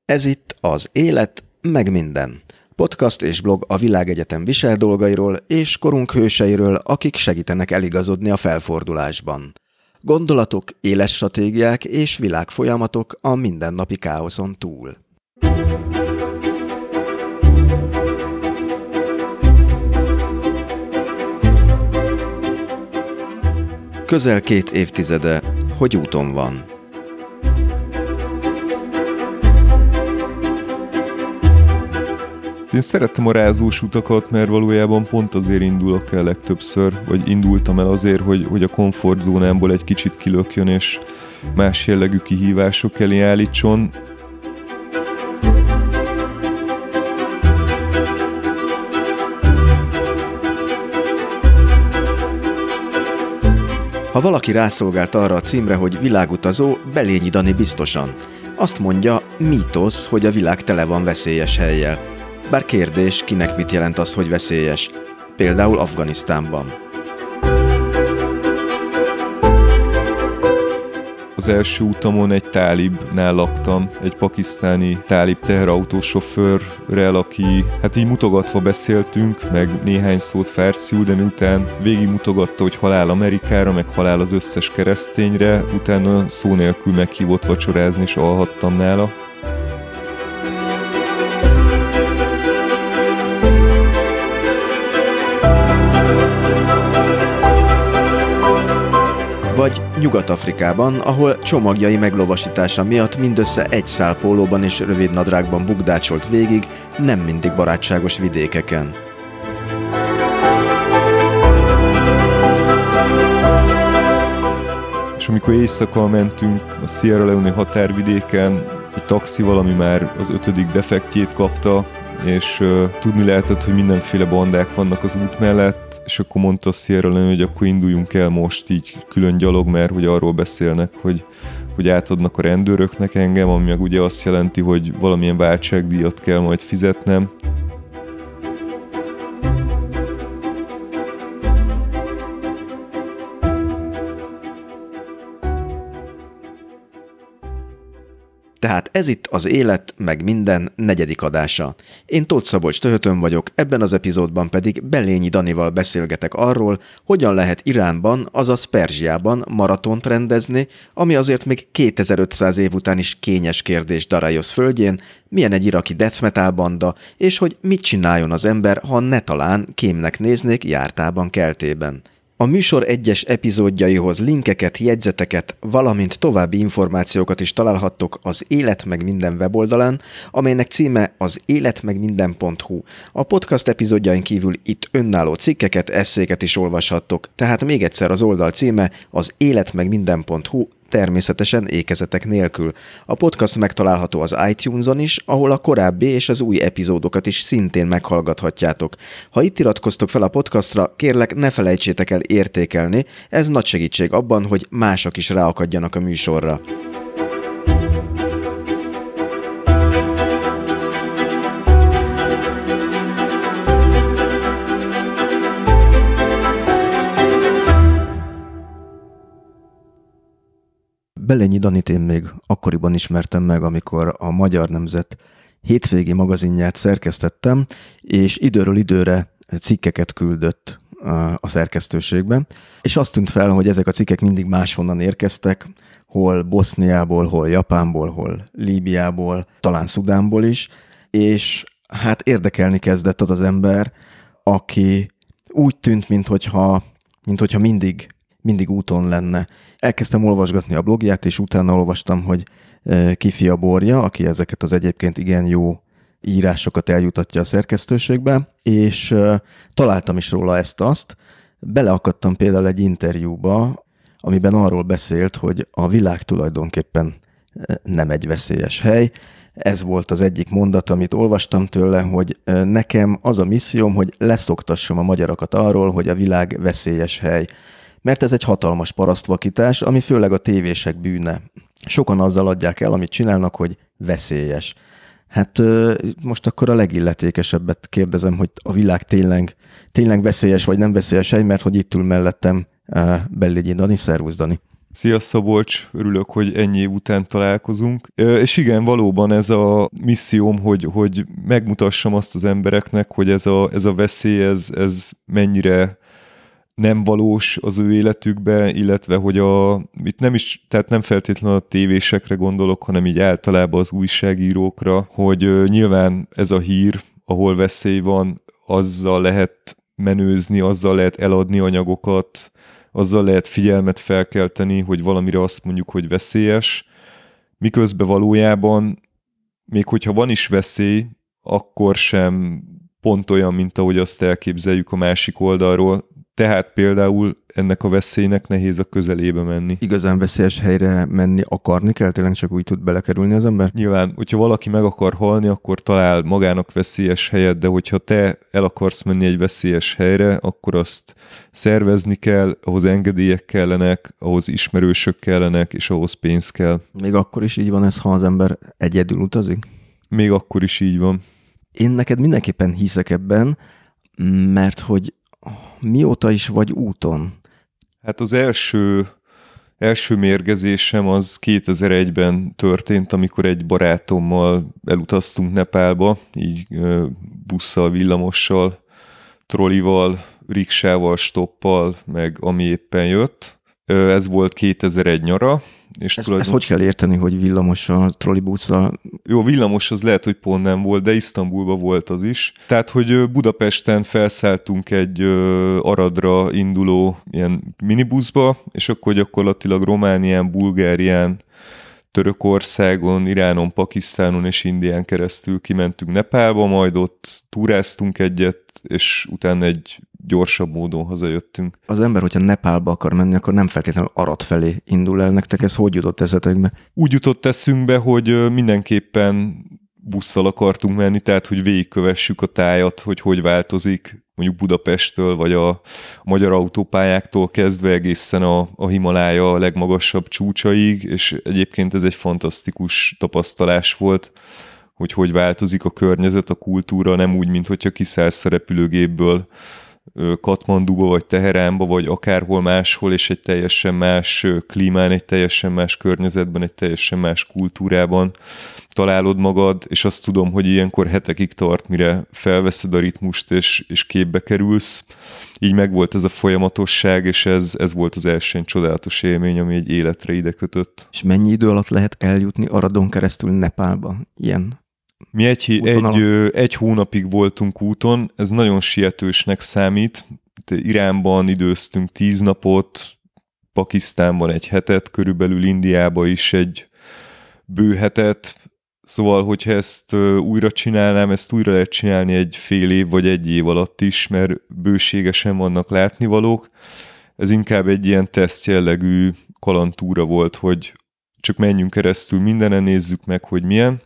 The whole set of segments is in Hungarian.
Ez itt az Élet, meg minden. Podcast és blog a világegyetem visel dolgairól és korunk hőseiről, akik segítenek eligazodni a felfordulásban. Gondolatok, életstratégiák és világfolyamatok a mindennapi káoszon túl. Közel 2 évtizede, hogy úton van. Én szerettem a rázós utakat, mert valójában pont azért indulok el legtöbbször, vagy indultam el azért, hogy a komfortzónámból egy kicsit kilökjön, és más jellegű kihívások elé állítson. Ha valaki rászolgált arra a címre, hogy világutazó, Belényi Dani biztosan. Azt mondja, mítosz, hogy a világ tele van veszélyes hellyel. Bár kérdés, kinek mit jelent az, hogy veszélyes. Például Afganisztánban. Az első utamon egy tálibnál laktam, egy pakisztáni tálib teherautósofőrrel, aki így mutogatva beszéltünk, meg néhány szót farszul, de miután végigmutogatta, hogy halál Amerikára, meg halál az összes keresztényre, utána szó nélkül meghívott vacsorázni, és alhattam nála. Vagy Nyugat-Afrikában, ahol csomagjai meglovasítása miatt mindössze egy szál pólóban és rövid nadrágban bukdácsolt végig, nem mindig barátságos vidékeken. És amikor éjszaka mentünk a Sierra Leone határvidéken, egy taxival, ami már az 5. defektjét kapta, és tudni lehetett, hogy mindenféle bandák vannak az út mellett, és akkor mondta a Sierra Leone, hogy akkor induljunk el most így külön gyalog, mert hogy arról beszélnek, hogy átadnak a rendőröknek engem, ami meg ugye azt jelenti, hogy valamilyen váltságdíjat kell majd fizetnem. Tehát ez itt az Élet, meg minden 4. adása. Én Tóth Szabolcs Töhötön vagyok, ebben az epizódban pedig Belényi Danival beszélgetek arról, hogyan lehet Iránban, azaz Perzsiában maratont rendezni, ami azért még 2500 év után is kényes kérdés Darajosz földjén, milyen egy iraki death metal banda, és hogy mit csináljon az ember, ha netalán kémnek néznék jártában keltében. A műsor egyes epizódjaihoz linkeket, jegyzeteket, valamint további információkat is találhattok az Élet meg minden weboldalán, amelynek címe az életmegminden.hu. A podcast epizódjain kívül itt önálló cikkeket, esszéket is olvashattok, tehát még egyszer az oldal címe az életmegminden.hu, természetesen ékezetek nélkül. A podcast megtalálható az iTunes-on is, ahol a korábbi és az új epizódokat is szintén meghallgathatjátok. Ha itt iratkoztok fel a podcastra, kérlek ne felejtsétek el értékelni, ez nagy segítség abban, hogy mások is ráakadjanak a műsorra. Belényi Danit én még akkoriban ismertem meg, amikor a Magyar Nemzet hétvégi magazinját szerkesztettem, és időről időre cikkeket küldött a szerkesztőségbe, és azt tűnt fel, hogy ezek a cikkek mindig máshonnan érkeztek, hol Boszniából, hol Japánból, hol Líbiából, talán Szudánból is, és hát érdekelni kezdett az az ember, aki úgy tűnt, minthogyha mindig úton lenne. Elkezdtem olvasgatni a blogját, és utána olvastam, hogy Kifia Borja, aki ezeket az egyébként igen jó írásokat eljutatja a szerkesztőségbe, és találtam is róla ezt-azt. Beleakadtam például egy interjúba, amiben arról beszélt, hogy a világ tulajdonképpen nem egy veszélyes hely. Ez volt az egyik mondat, amit olvastam tőle, hogy nekem az a misszióm, hogy leszoktassam a magyarokat arról, hogy a világ veszélyes hely. Mert ez egy hatalmas parasztvakítás, ami főleg a tévések bűne. Sokan azzal adják el, amit csinálnak, hogy veszélyes. Hát most akkor a legilletékesebbet kérdezem, hogy a világ tényleg veszélyes vagy nem veszélyes hely, mert hogy itt ül mellettem Belényi Dani. Szervusz, Dani! Szia Szabolcs, örülök, hogy ennyi év után találkozunk. És igen, valóban ez a misszióm, hogy megmutassam azt az embereknek, hogy ez a veszély, ez mennyire nem valós az ő életükbe, illetve hogy itt nem is, tehát nem feltétlenül a tévésekre gondolok, hanem így általában az újságírókra, hogy nyilván ez a hír, ahol veszély van, azzal lehet menőzni, azzal lehet eladni anyagokat, azzal lehet figyelmet felkelteni, hogy valamire azt mondjuk, hogy veszélyes, miközben valójában, még hogyha van is veszély, akkor sem pont olyan, mint ahogy azt elképzeljük a másik oldalról. Tehát például ennek a veszélynek nehéz a közelébe menni. Igazán veszélyes helyre menni akarni kell, tényleg csak úgy tud belekerülni az ember? Nyilván, hogyha valaki meg akar halni, akkor talál magának veszélyes helyet, de hogyha te el akarsz menni egy veszélyes helyre, akkor azt szervezni kell, ahhoz engedélyek kellenek, ahhoz ismerősök kellenek, és ahhoz pénz kell. Még akkor is így van ez, ha az ember egyedül utazik? Még akkor is így van. Én neked mindenképpen hiszek ebben, mert hogy mióta is vagy úton? Hát az első mérgezésem az 2001-ben történt, amikor egy barátommal elutaztunk Nepálba, így busszal, villamossal, trollival, riksával, stoppal, meg ami éppen jött. Ez volt 2001 nyara. És ezt hogy kell érteni, hogy villamossal, trollibusszal? Jó, villamos az lehet, hogy pont nem volt, de Isztambulban volt az is. Tehát, hogy Budapesten felszálltunk egy Aradra induló ilyen minibuszba, és akkor gyakorlatilag Románián, Bulgárián, Törökországon, Iránon, Pakisztánon és Indián keresztül kimentünk Nepálba, majd ott túráztunk egyet, és utána egy gyorsabb módon hazajöttünk. Az ember, hogyha Nepálba akar menni, akkor nem feltétlenül Arad felé indul el. Nektek ez hogy jutott eszetekbe? Úgy jutott eszünkbe, hogy mindenképpen busszal akartunk menni, tehát hogy végigkövessük a tájat, hogy változik mondjuk Budapesttől, vagy a magyar autópályáktól kezdve egészen a Himalája a legmagasabb csúcsaig, és egyébként ez egy fantasztikus tapasztalás volt, hogy változik a környezet, a kultúra, nem úgy, mint hogyha kiszállsz a repülőgépből Katmanduba, vagy Teheránba, vagy akárhol máshol, és egy teljesen más klímán, egy teljesen más környezetben, egy teljesen más kultúrában találod magad, és azt tudom, hogy ilyenkor hetekig tart, mire felveszed a ritmust, és képbe kerülsz. Így megvolt ez a folyamatosság, és ez volt az első csodálatos élmény, ami egy életre ide kötött. És mennyi idő alatt lehet eljutni Aradon keresztül Nepálba? Ilyen? Mi egy hónapig voltunk úton, ez nagyon sietősnek számít. Iránban időztünk 10 napot, Pakisztánban egy hetet, körülbelül Indiába is egy bő hetet. Szóval, hogyha ezt újra csinálnám, ezt újra lehet csinálni egy fél év vagy egy év alatt is, mert bőségesen vannak látnivalók. Ez inkább egy ilyen teszt jellegű kalandtúra volt, hogy csak menjünk keresztül mindenen, nézzük meg, hogy milyen.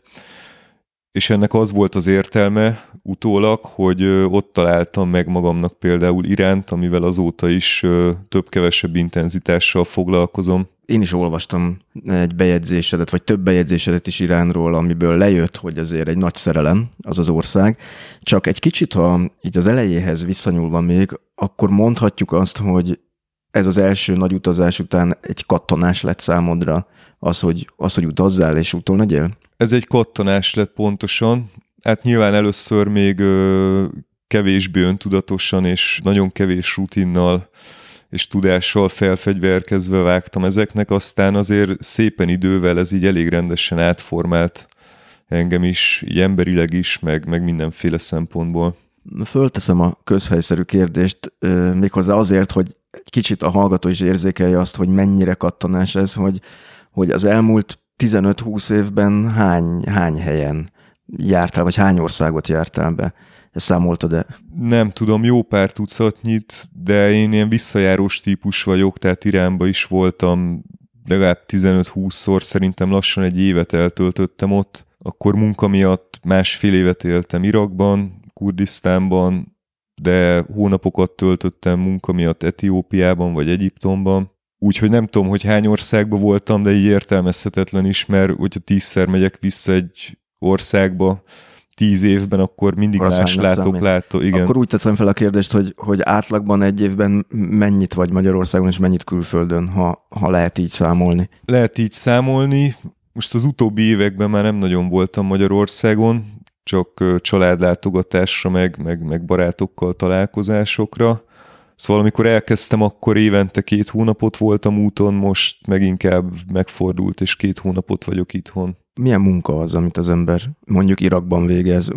És ennek az volt az értelme utólag, hogy ott találtam meg magamnak például Iránt, amivel azóta is több-kevesebb intenzitással foglalkozom. Én is olvastam egy bejegyzésedet, vagy több bejegyzésedet is Iránról, amiből lejött, hogy azért egy nagy szerelem az az ország. Csak egy kicsit, ha így az elejéhez visszanyúlva még, akkor mondhatjuk azt, hogy ez az első nagy utazás után egy kattanás lett számodra az, hogy utazzál és úton legyél? Ez egy kattanás lett pontosan. Hát nyilván először még kevésbé öntudatosan és nagyon kevés rutinnal és tudással felfegyverkezve vágtam ezeknek, aztán azért szépen idővel ez így elég rendesen átformált engem is, így emberileg is, meg mindenféle szempontból. Fölteszem a közhelyszerű kérdést, méghozzá azért, hogy egy kicsit a hallgató is érzékelje azt, hogy mennyire kattanás ez, hogy az elmúlt 15-20 évben hány helyen jártál, vagy hány országot jártál be? Ezt számoltad-e? Nem tudom, jó pár tucatnyit, de én ilyen visszajárós típus vagyok, tehát Iránba is voltam legalább 15-20-szor, szerintem lassan egy évet eltöltöttem ott. Akkor munka miatt másfél évet éltem Irakban, Kurdisztánban, de hónapokat töltöttem munka miatt Etiópiában vagy Egyiptomban. Úgyhogy nem tudom, hogy hány országban voltam, de így értelmezhetetlen is, mert hogyha 10-szer megyek vissza egy országba, 10 évben, akkor mindig más látok. Igen. Akkor úgy teszem fel a kérdést, hogy átlagban egy évben mennyit vagy Magyarországon, és mennyit külföldön, ha lehet így számolni? Lehet így számolni. Most az utóbbi években már nem nagyon voltam Magyarországon, csak családlátogatásra, meg barátokkal találkozásokra. Szóval amikor elkezdtem, akkor évente 2 hónapot voltam úton, most meg inkább megfordult, és 2 hónapot vagyok itthon. Milyen munka az, amit az ember mondjuk Irakban végez,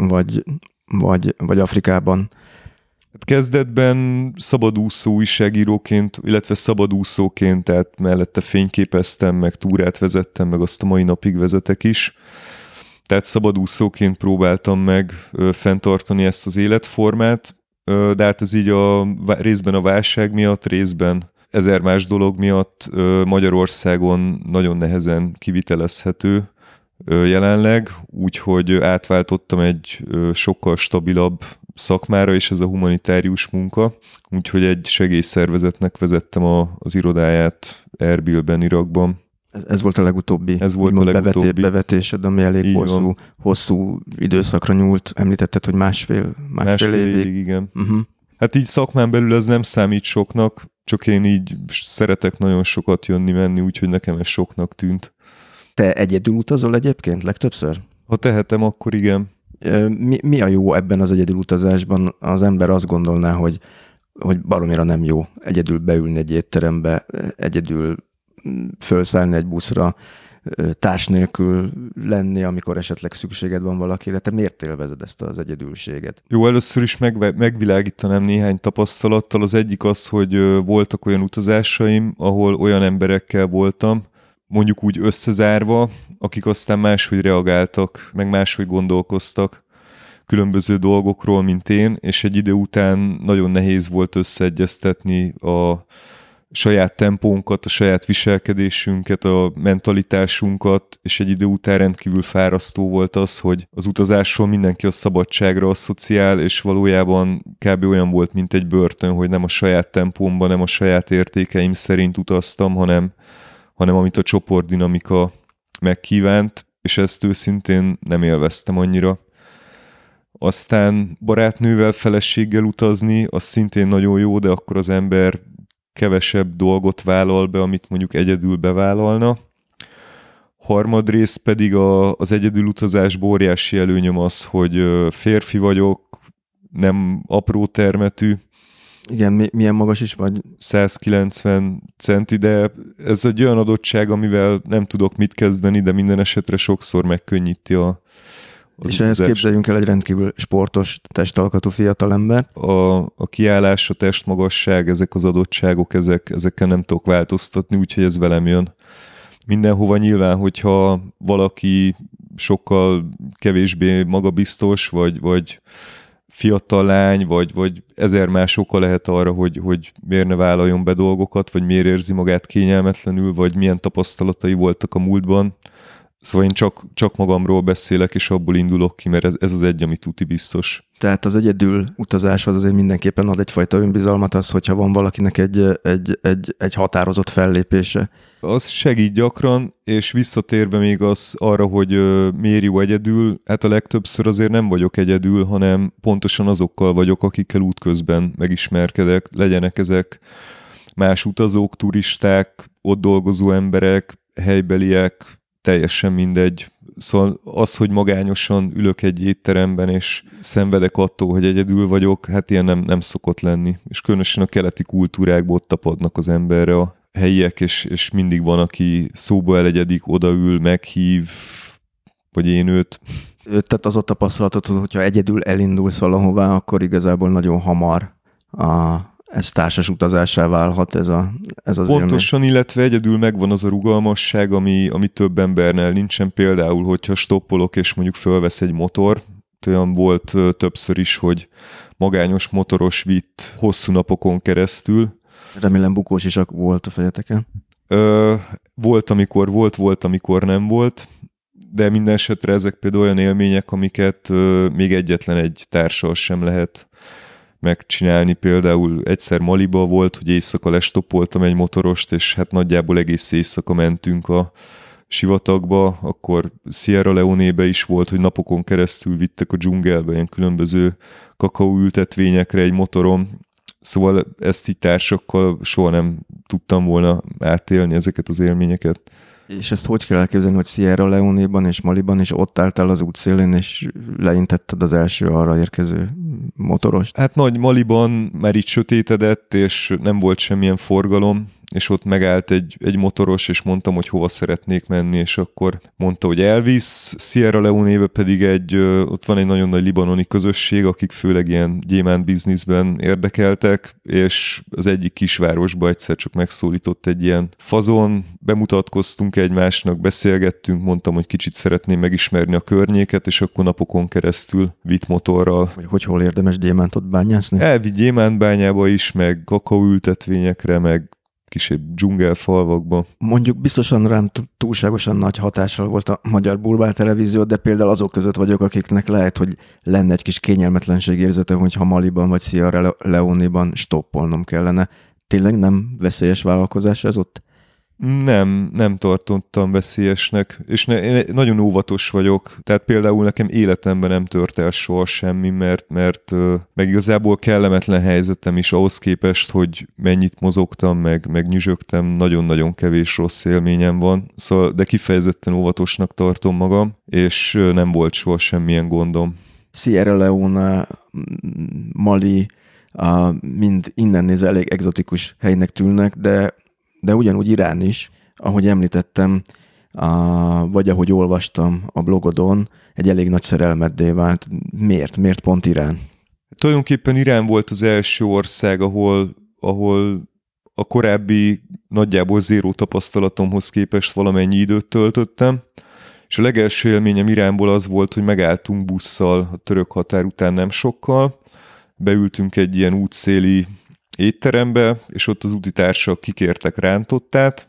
vagy Afrikában? Hát kezdetben szabadúszó újságíróként, illetve szabadúszóként, tehát mellette fényképeztem, meg túrát vezettem, meg azt a mai napig vezetek is. Tehát szabadúszóként próbáltam meg fenntartani ezt az életformát, de hát ez így részben a válság miatt, részben 1000 más dolog miatt Magyarországon nagyon nehezen kivitelezhető jelenleg, úgyhogy átváltottam egy sokkal stabilabb szakmára, és ez a humanitárius munka, úgyhogy egy segélyszervezetnek vezettem az irodáját Erbilben, Irakban. Ez volt a legutóbbi, bevetésed, ami elég hosszú időszakra nyúlt. Említetted, hogy másfél évig. Igen. Uh-huh. Hát így szakmán belül ez nem számít soknak, csak én így szeretek nagyon sokat jönni-menni, úgyhogy nekem ez soknak tűnt. Te egyedül utazol egyébként legtöbbször? Ha tehetem, akkor igen. Mi a jó ebben az egyedül utazásban? Az ember azt gondolná, hogy baromira nem jó egyedül beülni egy étterembe, egyedül fölszállni egy buszra, társ nélkül lenni, amikor esetleg szükséged van valakire. Te miért élvezed ezt az egyedülséget? Jó, először is megvilágítanám néhány tapasztalattal. Az egyik az, hogy voltak olyan utazásaim, ahol olyan emberekkel voltam, mondjuk úgy összezárva, akik aztán máshogy reagáltak, meg máshogy gondolkoztak különböző dolgokról, mint én, és egy idő után nagyon nehéz volt összeegyeztetni a saját tempónkat, a saját viselkedésünket, a mentalitásunkat, és egy idő után rendkívül fárasztó volt az, hogy az utazásról mindenki a szabadságra asszociál, és valójában kb. Olyan volt, mint egy börtön, hogy nem a saját tempómban, nem a saját értékeim szerint utaztam, hanem amit a csoportdinamika megkívánt, és ezt őszintén nem élveztem annyira. Aztán barátnővel, feleséggel utazni, az szintén nagyon jó, de akkor az ember kevesebb dolgot vállal be, amit mondjuk egyedül bevállalna. Harmadrészt pedig az egyedül utazásban óriási előnyöm az, hogy férfi vagyok, nem apró termetű. Igen, milyen magas is vagy? 190 centi, de ez egy olyan adottság, amivel nem tudok mit kezdeni, de minden esetre sokszor megkönnyíti az és ehhez képzeljünk el egy rendkívül sportos, testalkatú fiatalember. A kiállás, a testmagasság, ezek az adottságok, ezekkel nem tudok változtatni, úgyhogy ez velem jön. Mindenhova nyilván, hogyha valaki sokkal kevésbé magabiztos, vagy fiatal lány, vagy 1000 más oka lehet arra, hogy miért ne vállaljon be dolgokat, vagy miért érzi magát kényelmetlenül, vagy milyen tapasztalatai voltak a múltban. Szóval én csak magamról beszélek, és abból indulok ki, mert ez az egy, ami tuti biztos. Tehát az egyedül utazáshoz azért mindenképpen ad egyfajta önbizalmat az, hogyha van valakinek egy határozott fellépése. Az segít gyakran, és visszatérve még arra, hogy miért jó egyedül, hát a legtöbbször azért nem vagyok egyedül, hanem pontosan azokkal vagyok, akikkel útközben megismerkedek, legyenek ezek más utazók, turisták, ott dolgozó emberek, helybeliek, teljesen mindegy. Szóval az, hogy magányosan ülök egy étteremben, és szenvedek attól, hogy egyedül vagyok, hát ilyen nem szokott lenni. És különösen a keleti kultúrákból ott tapadnak az emberre a helyiek, és mindig van, aki szóba elegyedik, odaül, meghív, vagy én őt. Tehát az a tapasztalatot, hogyha egyedül elindulsz valahová, akkor igazából nagyon hamar ez társas utazássá válhat, ez az pontosan, élmény. Illetve egyedül megvan az a rugalmasság, ami több embernél nincsen. Például, hogyha stoppolok, és mondjuk fölvesz egy motor, olyan volt többször is, hogy magányos motoros vitt hosszú napokon keresztül. Remélem bukós is volt a fejeteken. Volt, amikor nem volt, de minden esetre ezek például olyan élmények, amiket még egyetlen egy társal sem lehet megcsinálni. Például egyszer Maliba volt, hogy éjszaka lestoppoltam egy motorost, és hát nagyjából egész éjszaka mentünk a sivatagba, akkor Sierra Leone-be is volt, hogy napokon keresztül vittek a dzsungelbe ilyen különböző kakaóültetvényekre egy motoron. Szóval ezt így társakkal soha nem tudtam volna átélni ezeket az élményeket. És ezt hogy kell elképzelni, hogy Sierra Leone-ban és Maliban is ott álltál az útszélén, és leintetted az első arra érkező motorost? Hát Nagy Maliban már így sötétedett, és nem volt semmilyen forgalom, és ott megállt egy motoros, és mondtam, hogy hova szeretnék menni, és akkor mondta, hogy elvisz. Sierra Leone-be pedig ott van egy nagyon nagy libanoni közösség, akik főleg ilyen gyémánt bizniszben érdekeltek, és az egyik kisvárosba egyszer csak megszólított egy ilyen fazon, bemutatkoztunk egymásnak, beszélgettünk, mondtam, hogy kicsit szeretném megismerni a környéket, és akkor napokon keresztül vitt motorral. Hogy hol érdemes gyémántot bányászni? Elvitt gyémántbányába is, meg kakaóültetvényekre, meg kisebb dzsungelfalvakba. Mondjuk biztosan rám túlságosan nagy hatással volt a magyar bulvár televízió, de például azok között vagyok, akiknek lehet, hogy lenne egy kis kényelmetlenség érzete, hogyha Maliban vagy Sierra Leone-ban stoppolnom kellene. Tényleg nem veszélyes vállalkozás ez ott? Nem tartottam veszélyesnek, és én nagyon óvatos vagyok, tehát például nekem életemben nem tört el soha semmi, mert meg igazából kellemetlen helyzetem is ahhoz képest, hogy mennyit mozogtam, meg nyüzsögtem, nagyon-nagyon kevés rossz élményem van, szóval, de kifejezetten óvatosnak tartom magam, és nem volt soha semmilyen gondom. Sierra Leone, Mali, mind innen nézve elég egzotikus helynek tűnnek, de ugyanúgy Irán is, ahogy említettem, vagy ahogy olvastam a blogodon, egy elég nagy szerelmeddé vált. Miért? Miért pont Irán? Tulajdonképpen Irán volt az első ország, ahol a korábbi nagyjából zéró tapasztalatomhoz képest valamennyi időt töltöttem, és a legelső élményem Iránból az volt, hogy megálltunk busszal a török határ után nem sokkal, beültünk egy ilyen útszéli étterembe, és ott az útitársak kikértek rántottát,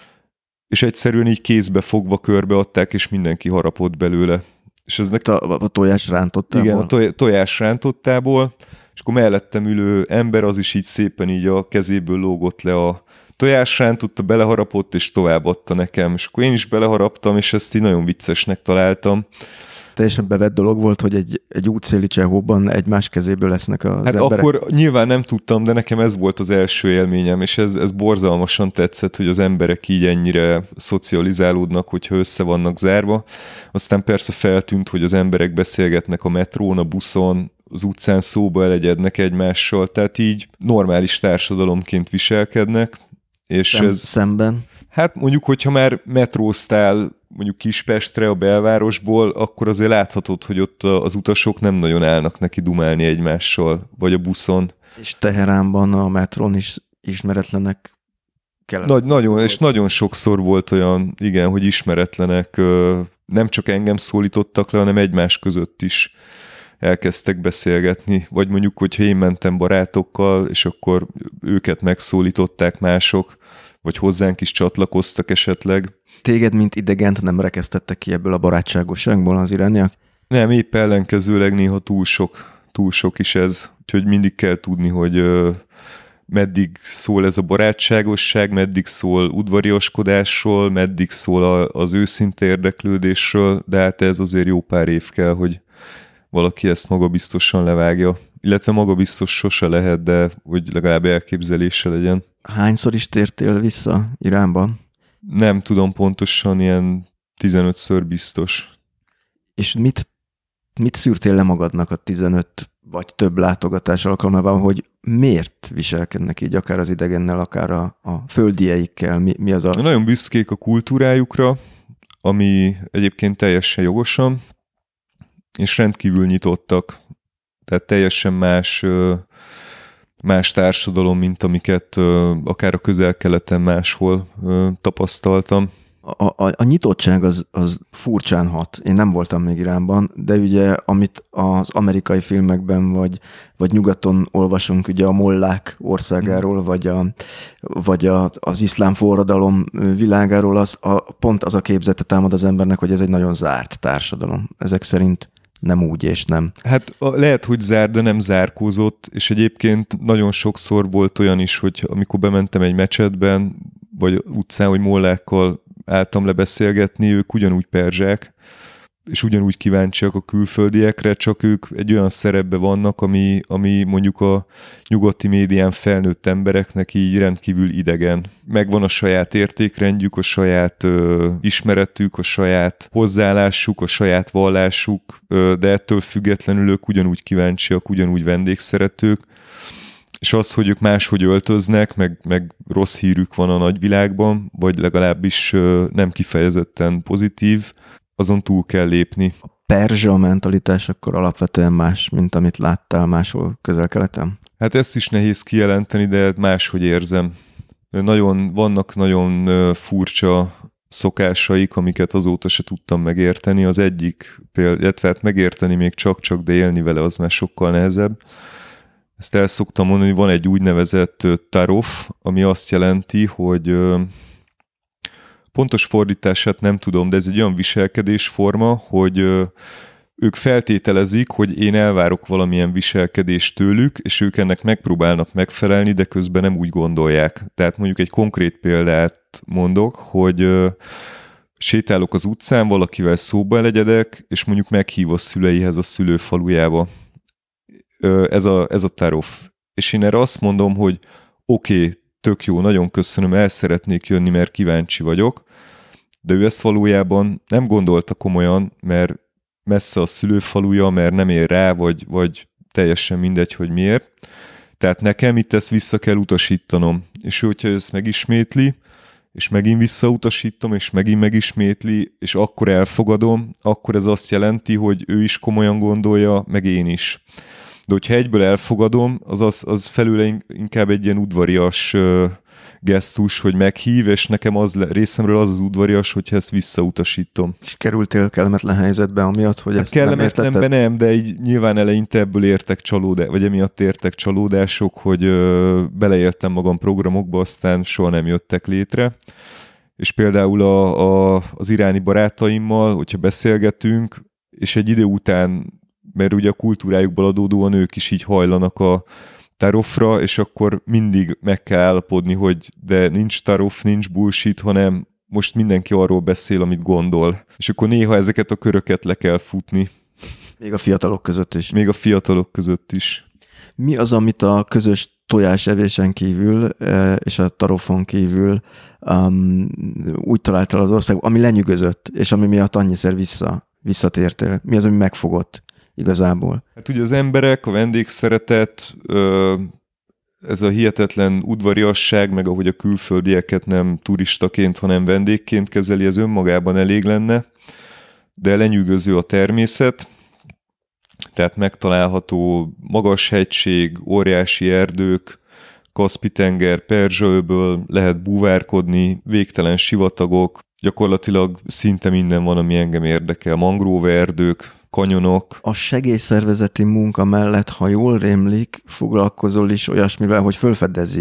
és egyszerűen így kézbe fogva körbeadták, és mindenki harapott belőle. És ez a tojás rántottából? Igen, a tojás rántottából, és akkor mellettem ülő ember, az is így szépen így a kezéből lógott le a tojás rántotta, beleharapott, és továbbadta nekem. És akkor én is beleharaptam, és ezt így nagyon viccesnek találtam. Teljesen bevett dolog volt, hogy egy útszéli csehóban egymás kezéből lesznek az emberek? Akkor nyilván nem tudtam, de nekem ez volt az első élményem, és ez borzalmasan tetszett, hogy az emberek így ennyire szocializálódnak, hogyha össze vannak zárva. Aztán persze feltűnt, hogy az emberek beszélgetnek a metrón, a buszon, az utcán szóba elegyednek egymással, tehát így normális társadalomként viselkednek. És szemben? Hát mondjuk, hogyha már metróztál mondjuk Kispestre, a belvárosból, akkor azért láthatod, hogy ott az utasok nem nagyon állnak neki dumálni egymással, vagy a buszon. És Teheránban a metrón is ismeretlenek kellett. Nagyon sokszor volt olyan, igen, hogy ismeretlenek nem csak engem szólítottak le, hanem egymás között is elkezdtek beszélgetni. Vagy mondjuk, hogyha én mentem barátokkal, és akkor őket megszólították mások, vagy hozzánk is csatlakoztak esetleg. Téged, mint idegent nem rekesztettek ki ebből a barátságosságból az irániak? Nem, épp ellenkezőleg néha túl sok is ez. Úgyhogy mindig kell tudni, hogy meddig szól ez a barátságosság, meddig szól udvariaskodásról, meddig szól az őszinte érdeklődésről, de hát ez azért jó pár év kell, hogy valaki ezt magabiztosan levágja. Illetve magabiztos sose lehet, de hogy legalább elképzelése legyen. Hányszor is tértél vissza Iránban? Nem tudom pontosan, ilyen 15-ször biztos. És mit szűrtél le magadnak a 15 vagy több látogatás alkalmával, hogy miért viselkednek így, akár az idegennel, akár a földieikkel? Mi az a... Nagyon büszkék a kultúrájukra, ami egyébként teljesen jogosan, és rendkívül nyitottak. Tehát teljesen más társadalom, mint amiket akár a Közel-Keleten máshol tapasztaltam. A nyitottság az furcsán hat. Én nem voltam még Iránban, de ugye amit az amerikai filmekben vagy nyugaton olvasunk ugye a mollák országáról, vagy az iszlám forradalom világáról, pont az a képzete támad az embernek, hogy ez egy nagyon zárt társadalom. Ezek szerint nem úgy és nem. Hát lehet, hogy zár, de nem zárkózott, és egyébként nagyon sokszor volt olyan is, hogy amikor bementem egy mecsetben, vagy utcán, hogy mollákkal álltam le beszélgetni, ők ugyanúgy perzsák, és ugyanúgy kíváncsiak a külföldiekre, csak ők egy olyan szerepben vannak, ami mondjuk a nyugati médián felnőtt embereknek így rendkívül idegen. Megvan a saját értékrendjük, a saját ismeretük, a saját hozzáállásuk, a saját vallásuk, de ettől függetlenül ők ugyanúgy kíváncsiak, ugyanúgy vendégszeretők, és az, hogy ők máshogy öltöznek, meg rossz hírük van a nagyvilágban, vagy legalábbis nem kifejezetten pozitív, azon túl kell lépni. A perzsa mentalitás akkor alapvetően más, mint amit láttál máshol Közel-Keleten? Hát ezt is nehéz kijelenteni, de máshogy érzem. Vannak nagyon furcsa szokásaik, amiket azóta se tudtam megérteni. Az egyik, illetve hát megérteni még csak-csak, de élni vele az már sokkal nehezebb. Ezt el szoktam mondani, hogy van egy úgynevezett tarof, ami azt jelenti, hogy pontos fordítását nem tudom, de ez egy olyan viselkedésforma, hogy ők feltételezik, hogy én elvárok valamilyen viselkedést tőlük, és ők ennek megpróbálnak megfelelni, de közben nem úgy gondolják. Tehát mondjuk egy konkrét példát mondok, hogy sétálok az utcán, valakivel szóba elegyedek, és mondjuk meghív a szüleihez a szülőfalujába. Ez a tarof. És én erre azt mondom, hogy oké, tök jó, nagyon köszönöm, el szeretnék jönni, mert kíváncsi vagyok, de ő ezt valójában nem gondolta komolyan, mert messze a szülőfaluja, mert nem ér rá, vagy teljesen mindegy, hogy miért. Tehát nekem itt ezt vissza kell utasítanom. És ő, hogyha ezt megismétli, és megint visszautasítom, és megint megismétli, és akkor elfogadom, akkor ez azt jelenti, hogy ő is komolyan gondolja, meg én is. De hogyha egyből elfogadom, az felőle inkább egy ilyen udvarias gesztus, hogy meghív, és nekem részemről az udvarias, hogyha ezt visszautasítom. És kerültél kellemetlen helyzetbe amiatt, hogy ezt nem értetted? Kellemetlenben nem, de így nyilván eleinte ebből értek vagy emiatt értek csalódások, hogy beleéltem magam programokba, aztán soha nem jöttek létre. És például az iráni barátaimmal, hogyha beszélgetünk, és egy idő után, mert ugye a kultúrájukból adódóan ők is így hajlanak a tarofra, és akkor mindig meg kell állapodni, hogy de nincs tarof, nincs bullshit, hanem most mindenki arról beszél, amit gondol. És akkor néha ezeket a köröket le kell futni. Még a fiatalok között is. Még a fiatalok között is. Mi az, amit a közös tojásevésen kívül és a tarofon kívül úgy találtál az ország, ami lenyűgözött, és ami miatt annyiszer visszatértél? Mi az, ami megfogott igazából? Hát ugye az emberek, a vendégszeretet, ez a hihetetlen udvariasság, meg ahogy a külföldieket nem turistaként, hanem vendégként kezeli, ez önmagában elég lenne, de lenyűgöző a természet, tehát megtalálható magas hegység, óriási erdők, Kaszpi-tenger, Perzsa-öböl, lehet búvárkodni, végtelen sivatagok, gyakorlatilag szinte minden van, ami engem érdekel, mangróveerdők, kanyonok. A segélyszervezeti munka mellett, ha jól rémlik, foglalkozol is olyasmivel, hogy fölfedez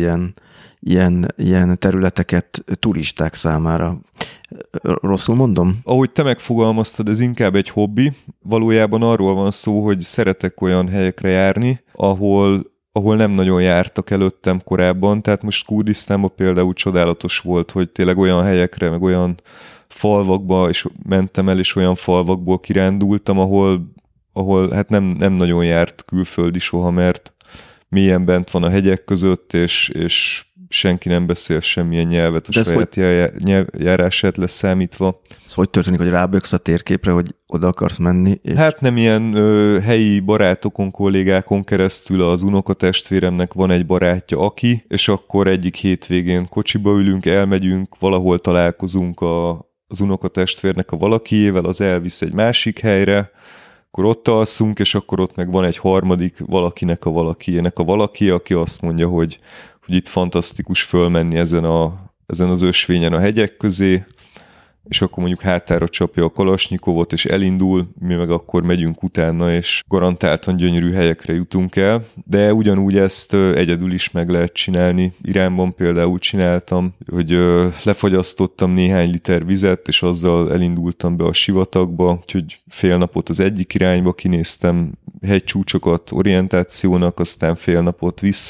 ilyen területeket turisták számára. Rosszul mondom? Ahogy te megfogalmaztad, ez inkább egy hobbi. Valójában arról van szó, hogy szeretek olyan helyekre járni, ahol nem nagyon jártak előttem korábban. Tehát most Kurdisztánban például csodálatos volt, hogy tényleg olyan helyekre, meg olyan falvakba és mentem el, és olyan falvakból kirándultam, ahol hát nem nagyon járt külföldi soha, mert mélyen bent van a hegyek között, és senki nem beszél semmilyen nyelvet, a saját járását leszámítva. Ez hogy történik, hogy ráböksz a térképre, hogy oda akarsz menni? És... Hát nem ilyen helyi barátokon, kollégákon keresztül, az unokatestvéremnek van egy barátja, aki, és akkor egyik hétvégén kocsiba ülünk, elmegyünk, valahol találkozunk az unokatestvérnek a valakiével, az elvisz egy másik helyre, akkor ott alszunk, és akkor ott meg van egy harmadik valakinek a valakiének a valaki, aki azt mondja, hogy itt fantasztikus fölmenni ezen az ösvényen a hegyek közé, és akkor mondjuk hátára csapja a kalasnyikovot, és elindul, mi meg akkor megyünk utána, és garantáltan gyönyörű helyekre jutunk el, de ugyanúgy ezt egyedül is meg lehet csinálni. Iránban például csináltam, hogy lefagyasztottam néhány liter vizet, és azzal elindultam be a sivatagba, úgyhogy fél napot az egyik irányba kinéztem hegycsúcsokat orientációnak, aztán fél napot vissza,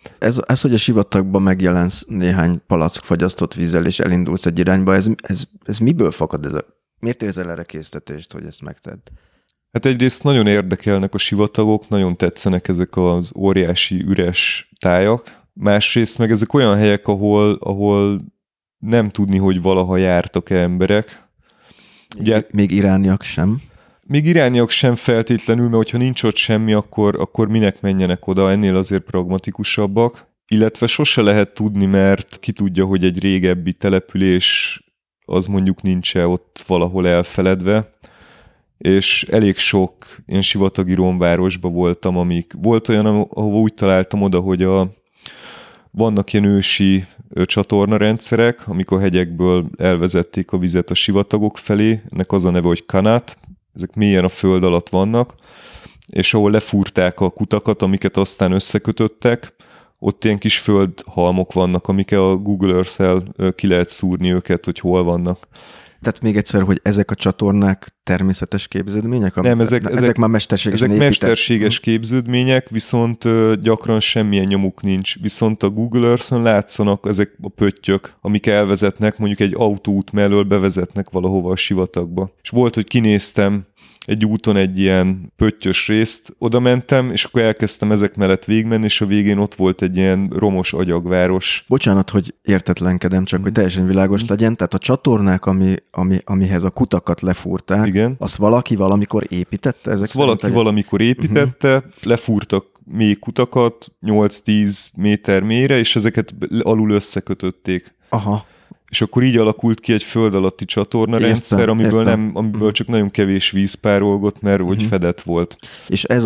Ez, hogy a sivatagban megjelensz néhány palack fagyasztott vízzel, és elindulsz egy irányba, ez miből fakad? Miért érzel erre késztetést, hogy ezt megtedd? Hát egyrészt nagyon érdekelnek a sivatagok, nagyon tetszenek ezek az óriási üres tájak. Másrészt meg ezek olyan helyek, ahol nem tudni, hogy valaha jártak-e emberek. Ugye, még irániak sem? Még irániak sem feltétlenül, mert hogyha nincs ott semmi, akkor minek menjenek oda, ennél azért pragmatikusabbak. Illetve sose lehet tudni, mert ki tudja, hogy egy régebbi település az mondjuk nincs-e ott valahol elfeledve. És elég sok ilyen sivatagi romvárosban voltam, volt olyan, ahova úgy találtam oda, hogy vannak ilyen ősi csatornarendszerek, amik a hegyekből elvezették a vizet a sivatagok felé, ennek az a neve, hogy kanát, ezek mélyen a föld alatt vannak, és ahol lefúrták a kutakat, amiket aztán összekötöttek, ott ilyen kis földhalmok vannak, amikkel a Google Earth-el ki lehet szúrni őket, hogy hol vannak. Tehát még egyszer, hogy ezek a csatornák természetes képződmények? Nem, ezek már mesterségesen épített. Mesterséges képződmények, viszont gyakran semmilyen nyomuk nincs. Viszont a Google Earth-on látszanak ezek a pöttyök, amik elvezetnek, mondjuk egy autóút mellől bevezetnek valahova a sivatagba. És volt, hogy kinéztem egy úton egy ilyen pöttyös részt, oda mentem, és akkor elkezdtem ezek mellett végigmenni, és a végén ott volt egy ilyen romos agyagváros. Bocsánat, hogy értetlenkedem, csak hogy teljesen világos legyen. Tehát a csatornák, amihez a kutakat lefúrták, igen, azt valaki valamikor építette? Ezt valaki valamikor építette, lefúrtak mély kutakat, 8-10 méter mélyre, és ezeket alul összekötötték. Aha. És akkor így alakult ki egy föld alatti csatornarendszer, amiből csak nagyon kevés víz párolgott, mert hogy fedett volt. És ez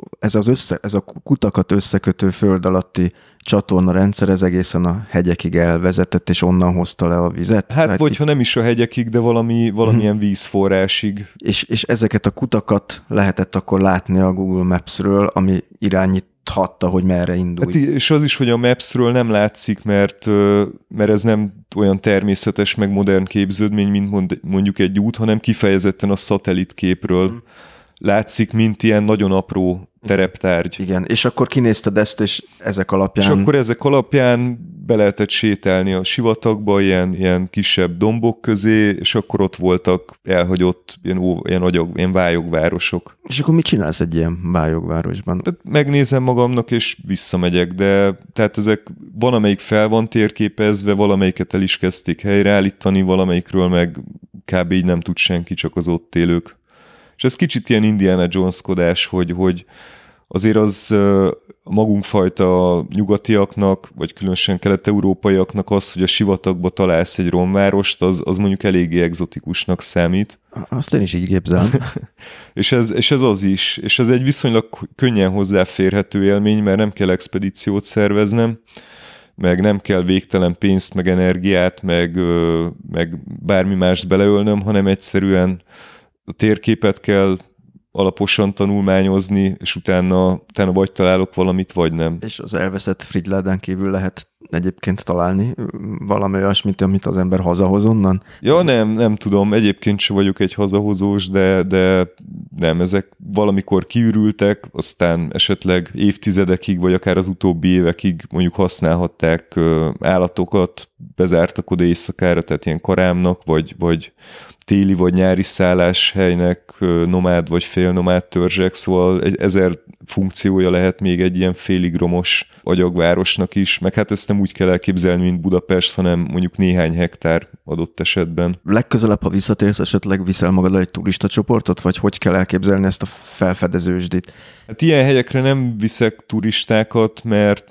a kutakat összekötő föld alatti csatornarendszer, ez egészen a hegyekig elvezetett, és onnan hozta le a vizet? Hát vagy ha nem is a hegyekig, de valamilyen vízforrásig. És ezeket a kutakat lehetett akkor látni a Google Maps-ről, ami irányíthatta, hogy merre indulj. Hát és az is, hogy a Maps-ről nem látszik, mert ez nem olyan természetes, meg modern képződmény, mint mondjuk egy út, hanem kifejezetten a szatellitképről látszik, mint ilyen nagyon apró tereptárgy. Igen, és akkor kinézted ezt, és ezek alapján... És akkor ezek alapján be lehetett sétálni a sivatagba, ilyen kisebb dombok közé, és akkor ott voltak elhagyott ilyen vályogvárosok. És akkor mit csinálsz egy ilyen vályogvárosban? Tehát megnézem magamnak, és visszamegyek, de tehát ezek van, amelyik fel van térképezve, valamelyiket el is kezdték helyreállítani, valamelyikről meg kb. Így nem tud senki, csak az ott élők. És ez kicsit ilyen Indiana Jones-kodás, hogy azért az magunkfajta nyugatiaknak, vagy különösen kelet-európaiaknak az, hogy a sivatagba találsz egy romvárost, az mondjuk eléggé egzotikusnak számít. Azt én is így képzelem. és ez az is. És ez egy viszonylag könnyen hozzáférhető élmény, mert nem kell expedíciót szerveznem, meg nem kell végtelen pénzt, meg energiát, meg bármi mást beleölnöm, hanem egyszerűen a térképet kell alaposan tanulmányozni, és utána vagy találok valamit, vagy nem. És az elveszett Fridládán kívül lehet egyébként találni valami olyasmit, amit az ember hazahoz onnan? Ja, nem tudom, egyébként sem vagyok egy hazahozós, de nem, ezek valamikor kiürültek, aztán esetleg évtizedekig, vagy akár az utóbbi évekig mondjuk használhatták állatokat, bezártak oda éjszakára, tehát ilyen karámnak, vagy téli vagy nyári szálláshelynek, nomád vagy félnomád törzsek, szóval 1000 funkciója lehet még egy ilyen félig romos agyagvárosnak is, meg hát ezt nem úgy kell elképzelni, mint Budapest, hanem mondjuk néhány hektár adott esetben. Legközelebb, ha visszatérsz, esetleg viszel magaddal egy turista csoportot, vagy hogy kell elképzelni ezt a felfedezősdit? Hát ilyen helyekre nem viszek turistákat, mert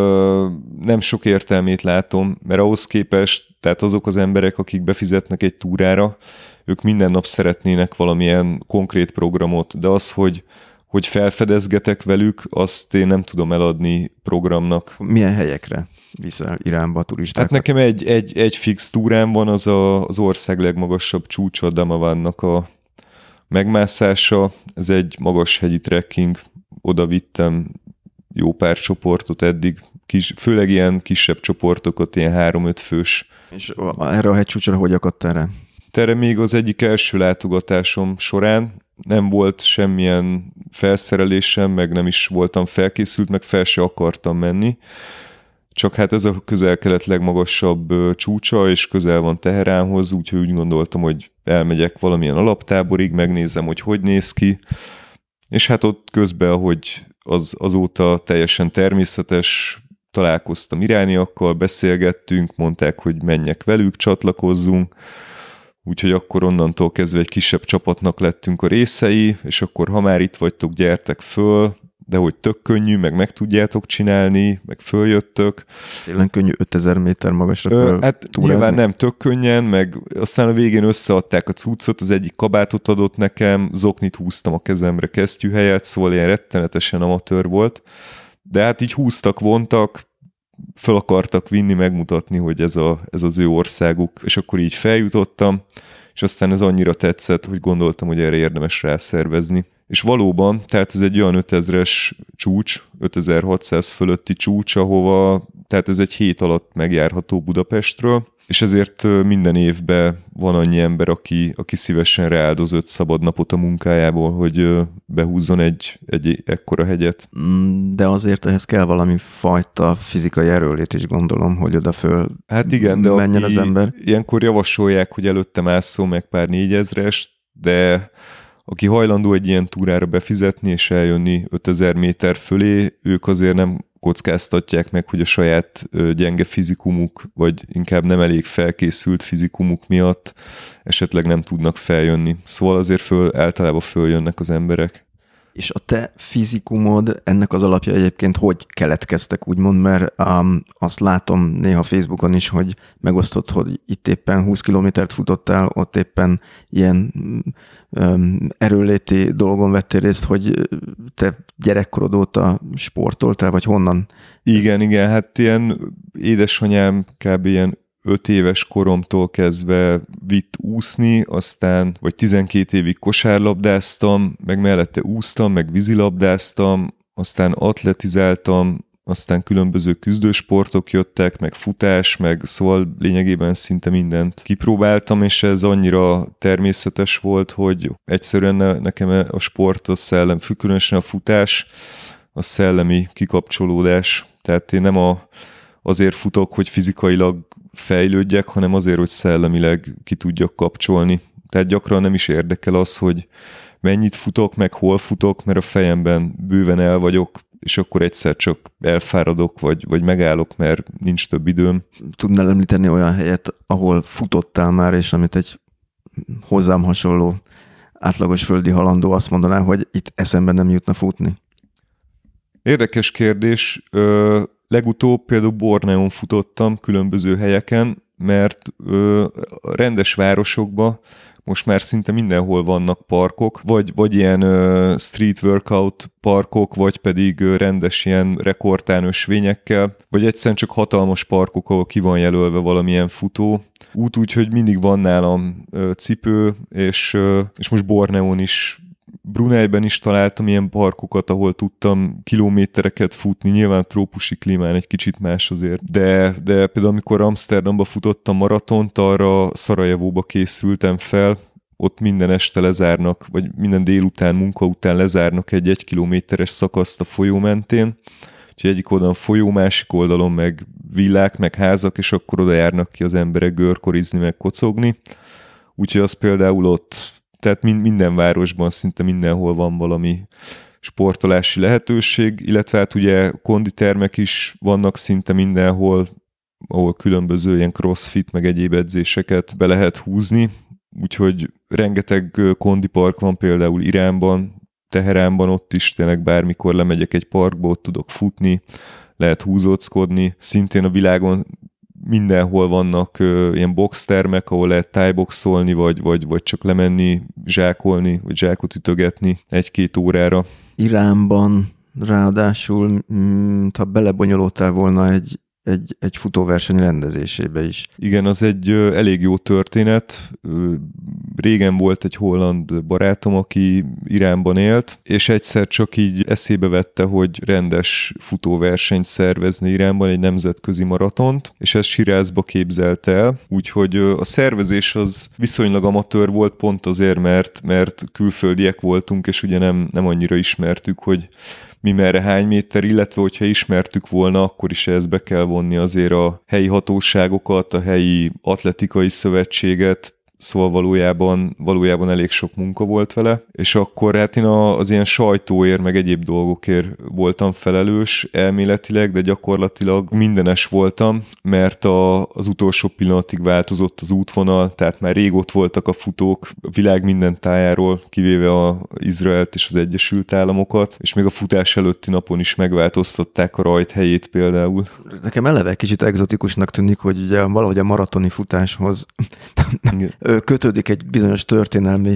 nem sok értelmét látom, mert ahhoz képest, tehát azok az emberek, akik befizetnek egy túrára, ők minden nap szeretnének valamilyen konkrét programot, de az, hogy felfedezgetek velük, azt én nem tudom eladni programnak. Milyen helyekre viszel Iránba a turistákat? Hát nekem egy fix túrám van, az ország legmagasabb csúcsa, Damavannak a megmászása. Ez egy magas hegyi trekking, oda vittem jó pár csoportot eddig, főleg ilyen kisebb csoportokat, ilyen 3-5 fős. És erre a hegycsúcsra hogy akadtál rá? Erre még az egyik első látogatásom során nem volt semmilyen felszerelésem, meg nem is voltam felkészült, meg fel se akartam menni. Csak hát ez a Közel-Kelet legmagasabb csúcsa, és közel van Teheránhoz, úgyhogy úgy gondoltam, hogy elmegyek valamilyen alaptáborig, megnézem, hogy néz ki. És hát ott közben, ahogy azóta teljesen természetes, találkoztam irániakkal, beszélgettünk, mondták, hogy menjek velük, csatlakozzunk, úgyhogy akkor onnantól kezdve egy kisebb csapatnak lettünk a részei, és akkor ha már itt vagytok, gyertek föl, de hogy tök könnyű, meg tudjátok csinálni, meg följöttök. Tényleg könnyű 5000 méter magasra föl hát nyilván nem tök könnyen, meg aztán a végén összeadták a cuccot, az egyik kabátot adott nekem, zoknit húztam a kezemre kesztyű helyett, szóval ilyen rettenetesen amatőr volt. De hát így húztak, vontak, föl akartak vinni, megmutatni, hogy ez az ő országuk, és akkor így feljutottam, és aztán ez annyira tetszett, hogy gondoltam, hogy erre érdemes rászervezni. És valóban, tehát ez egy olyan 5000-es csúcs, 5600 fölötti csúcs, ahova, tehát ez egy hét alatt megjárható Budapestről, és ezért minden évben van annyi ember, aki szívesen rááldoz 5 szabad napot a munkájából, hogy behúzzon egy ekkora hegyet. De azért ehhez kell valami fajta fizikai erőlét is, gondolom, hogy oda föl hát igen, de menjen az ember. Ilyenkor javasolják, hogy előtte másszon meg pár 4000-est, de aki hajlandó egy ilyen túrára befizetni és eljönni 5000 méter fölé, ők azért nem kockáztatják meg, hogy a saját gyenge fizikumuk, vagy inkább nem elég felkészült fizikumuk miatt esetleg nem tudnak feljönni. Szóval azért általában följönnek az emberek. És a te fizikumod, ennek az alapja egyébként hogy keletkeztek, úgymond, mert azt látom néha Facebookon is, hogy megosztott, hogy itt éppen 20 kilométert futottál, ott éppen ilyen erőléti dolgon vettél részt, hogy te gyerekkorod óta sportoltál, vagy honnan? Igen, hát ilyen édesanyám kb. Ilyen 5 éves koromtól kezdve vitt úszni, aztán vagy 12 évig kosárlabdáztam, meg mellette úsztam, meg vízilabdáztam, aztán atletizáltam, aztán különböző küzdősportok jöttek, meg futás, meg szóval lényegében szinte mindent kipróbáltam, és ez annyira természetes volt, hogy egyszerűen nekem a sport, a szellem, különösen a futás, a szellemi kikapcsolódás. Tehát én nem azért futok, hogy fizikailag fejlődjek, hanem azért, hogy szellemileg ki tudjak kapcsolni. Tehát gyakran nem is érdekel az, hogy mennyit futok, meg hol futok, mert a fejemben bőven el vagyok, és akkor egyszer csak elfáradok, vagy megállok, mert nincs több időm. Tudnál említeni olyan helyet, ahol futottál már, és amit egy hozzám hasonló átlagos földi halandó azt mondaná, hogy itt eszembe nem jutna futni? Érdekes kérdés. Legutóbb például Borneón futottam különböző helyeken, mert rendes városokban most már szinte mindenhol vannak parkok, vagy ilyen street workout parkok, vagy pedig rendes ilyen rekordtán ösvényekkel, vagy egyszerűen csak hatalmas parkok, ahol ki van jelölve valamilyen futó út, úgyhogy mindig van nálam cipő, és most Borneón is, Bruneiben is találtam ilyen parkokat, ahol tudtam kilométereket futni, nyilván trópusi klímán egy kicsit más azért, de például amikor Amsterdamba futottam maratont, arra Szarajevóba készültem fel, ott minden este lezárnak, vagy minden délután, munka után lezárnak egy 1 kilométeres szakaszt a folyó mentén, úgyhogy egyik oldalon folyó, másik oldalon meg villák, meg házak, és akkor oda járnak ki az emberek görkorizni, meg kocogni, úgyhogy az például ott, tehát minden városban szinte mindenhol van valami sportolási lehetőség, illetve hát ugye konditermek is vannak szinte mindenhol, ahol különböző ilyen crossfit meg egyéb edzéseket be lehet húzni, úgyhogy rengeteg kondipark van például Iránban, Teheránban, ott is tényleg bármikor lemegyek egy parkba, ott tudok futni, lehet húzóckodni, szintén a világon mindenhol vannak ilyen boxtermek, ahol lehet thai-boxolni, vagy csak lemenni, zsákolni, vagy zsákot ütögetni 1-2 órára. Iránban ráadásul, ha belebonyolódtál volna egy futóverseny rendezésébe is. Igen, az egy elég jó történet. régen volt egy holland barátom, aki Iránban élt, és egyszer csak így eszébe vette, hogy rendes futóversenyt szervezni Iránban, egy nemzetközi maratont, és ezt Sirázba képzelt el, úgyhogy a szervezés az viszonylag amatőr volt, pont azért, mert külföldiek voltunk, és ugye nem annyira ismertük, hogy mi merre hány méter, illetve hogyha ismertük volna, akkor is ehhez be kell vonni azért a helyi hatóságokat, a helyi atletikai szövetséget, szóval valójában elég sok munka volt vele, és akkor hát én az ilyen sajtóért, meg egyéb dolgokért voltam felelős elméletileg, de gyakorlatilag mindenes voltam, mert az utolsó pillanatig változott az útvonal, tehát már rég ott voltak a futók a világ minden tájáról, kivéve az Izraelt és az Egyesült Államokat, és még a futás előtti napon is megváltoztatták a rajt helyét például. Nekem eleve kicsit egzotikusnak tűnik, hogy ugye valahogy a maratoni futáshoz kötődik egy bizonyos történelmi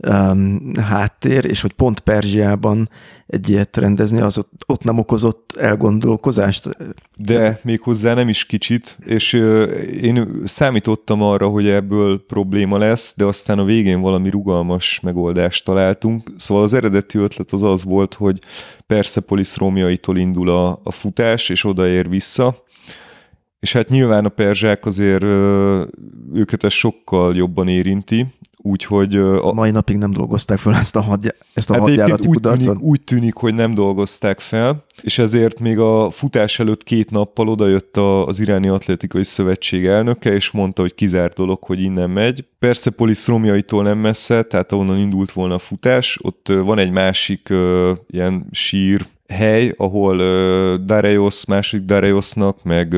háttér, és hogy pont Perzsiában egy ilyet rendezni, az ott nem okozott elgondolkozást. De még hozzá nem is kicsit, és én számítottam arra, hogy ebből probléma lesz, de aztán a végén valami rugalmas megoldást találtunk. Szóval az eredeti ötlet az volt, hogy Perszepolisz romjaitól indul a futás, és odaér vissza, és hát nyilván a perzsák azért őket ez sokkal jobban érinti, úgyhogy... Mai napig nem dolgozták fel ezt a hadjárati kudarcot? Úgy tűnik, hogy nem dolgozták fel, és ezért még a futás előtt 2 nappal odajött az Iráni Atlétikai Szövetség elnöke, és mondta, hogy kizárt dolog, hogy innen megy. Perszepolisz romjaitól nem messze, tehát ahonnan indult volna a futás, ott van egy másik ilyen sír hely, ahol Dareios, második Dareiosnak, meg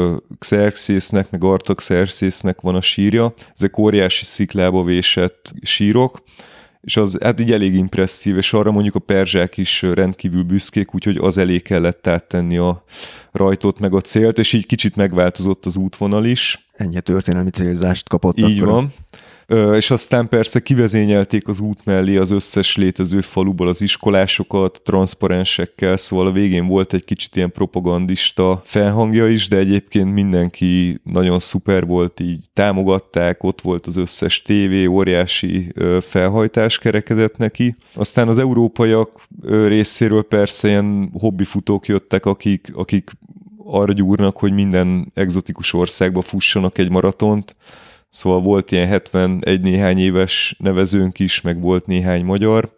Xerxesnek, meg Artaxerxesnek van a sírja. Ezek óriási sziklába vésett sírok, és az hát így elég impresszív, és arra mondjuk a perzsák is rendkívül büszkék, úgyhogy az elé kellett áttenni a rajtot meg a célt, és így kicsit megváltozott az útvonal is. Ennyi történelmi célzást kapott. Így akkor. Van. És aztán persze kivezényelték az út mellé az összes létező faluból az iskolásokat, transzparensekkel, szóval a végén volt egy kicsit ilyen propagandista felhangja is, de egyébként mindenki nagyon szuper volt, így támogatták, ott volt az összes tévé, óriási felhajtás kerekedett neki. Aztán az európaiak részéről persze ilyen hobbifutók jöttek, akik arra gyúrnak, hogy minden egzotikus országba fussanak egy maratont. Szóval volt ilyen 71 néhány éves nevezőnk is, meg volt néhány magyar,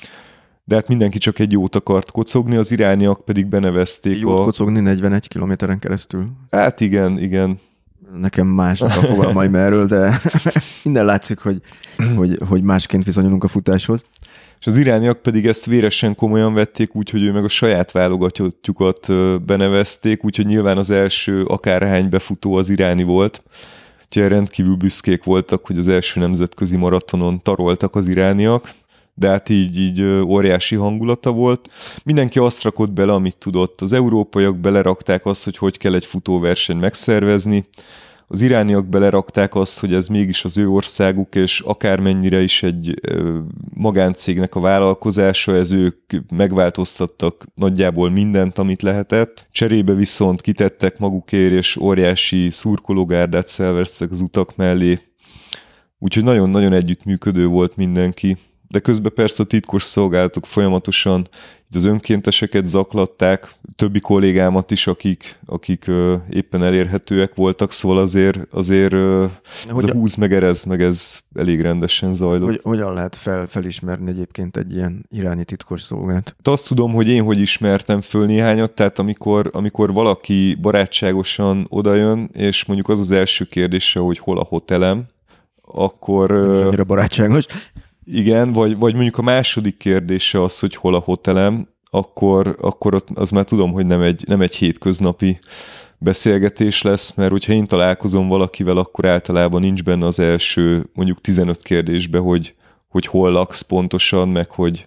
de hát mindenki csak egy jót akart kocogni, az irániak pedig benevezték jót kocogni 41 kilométeren keresztül? Hát igen. Nekem mások a fogalmaim erről, de minden látszik, hogy másként viszonyulunk a futáshoz. És az irániak pedig ezt véresen komolyan vették, úgyhogy ő meg a saját válogatottjukat benevezték, úgyhogy nyilván az első akárhány befutó az iráni volt. Úgyhogy rendkívül büszkék voltak, hogy az első nemzetközi maratonon taroltak az irániak, de hát így óriási hangulata volt. Mindenki azt rakott bele, amit tudott. Az európaiak belerakták azt, hogy kell egy futóverseny megszervezni. Az irániak belerakták azt, hogy ez mégis az ő országuk, és akármennyire is egy magáncégnek a vállalkozása, ez ők megváltoztattak nagyjából mindent, amit lehetett. Cserébe viszont kitettek magukért, és óriási szurkológárdát szerveztek az utak mellé. Úgyhogy nagyon-nagyon együttműködő volt mindenki. De közben persze a titkos szolgálatok folyamatosan az önkénteseket zaklatták, többi kollégámat is, akik éppen elérhetőek voltak, szóval azért ez a húz meg erez, meg ez elég rendesen zajlott. Hogyan lehet felismerni egyébként egy ilyen iráni titkos szolgált? Azt tudom, hogy én hogy ismertem föl néhányat, tehát amikor valaki barátságosan odajön, és mondjuk az első kérdése, hogy hol a hotelem, akkor... Nem annyira barátságos. Igen, vagy mondjuk a második kérdése az, hogy hol a hotelem, akkor az már tudom, hogy nem egy hétköznapi beszélgetés lesz, mert hogyha én találkozom valakivel, akkor általában nincs benne az első mondjuk 15 kérdésbe, hogy hol laksz pontosan, meg hogy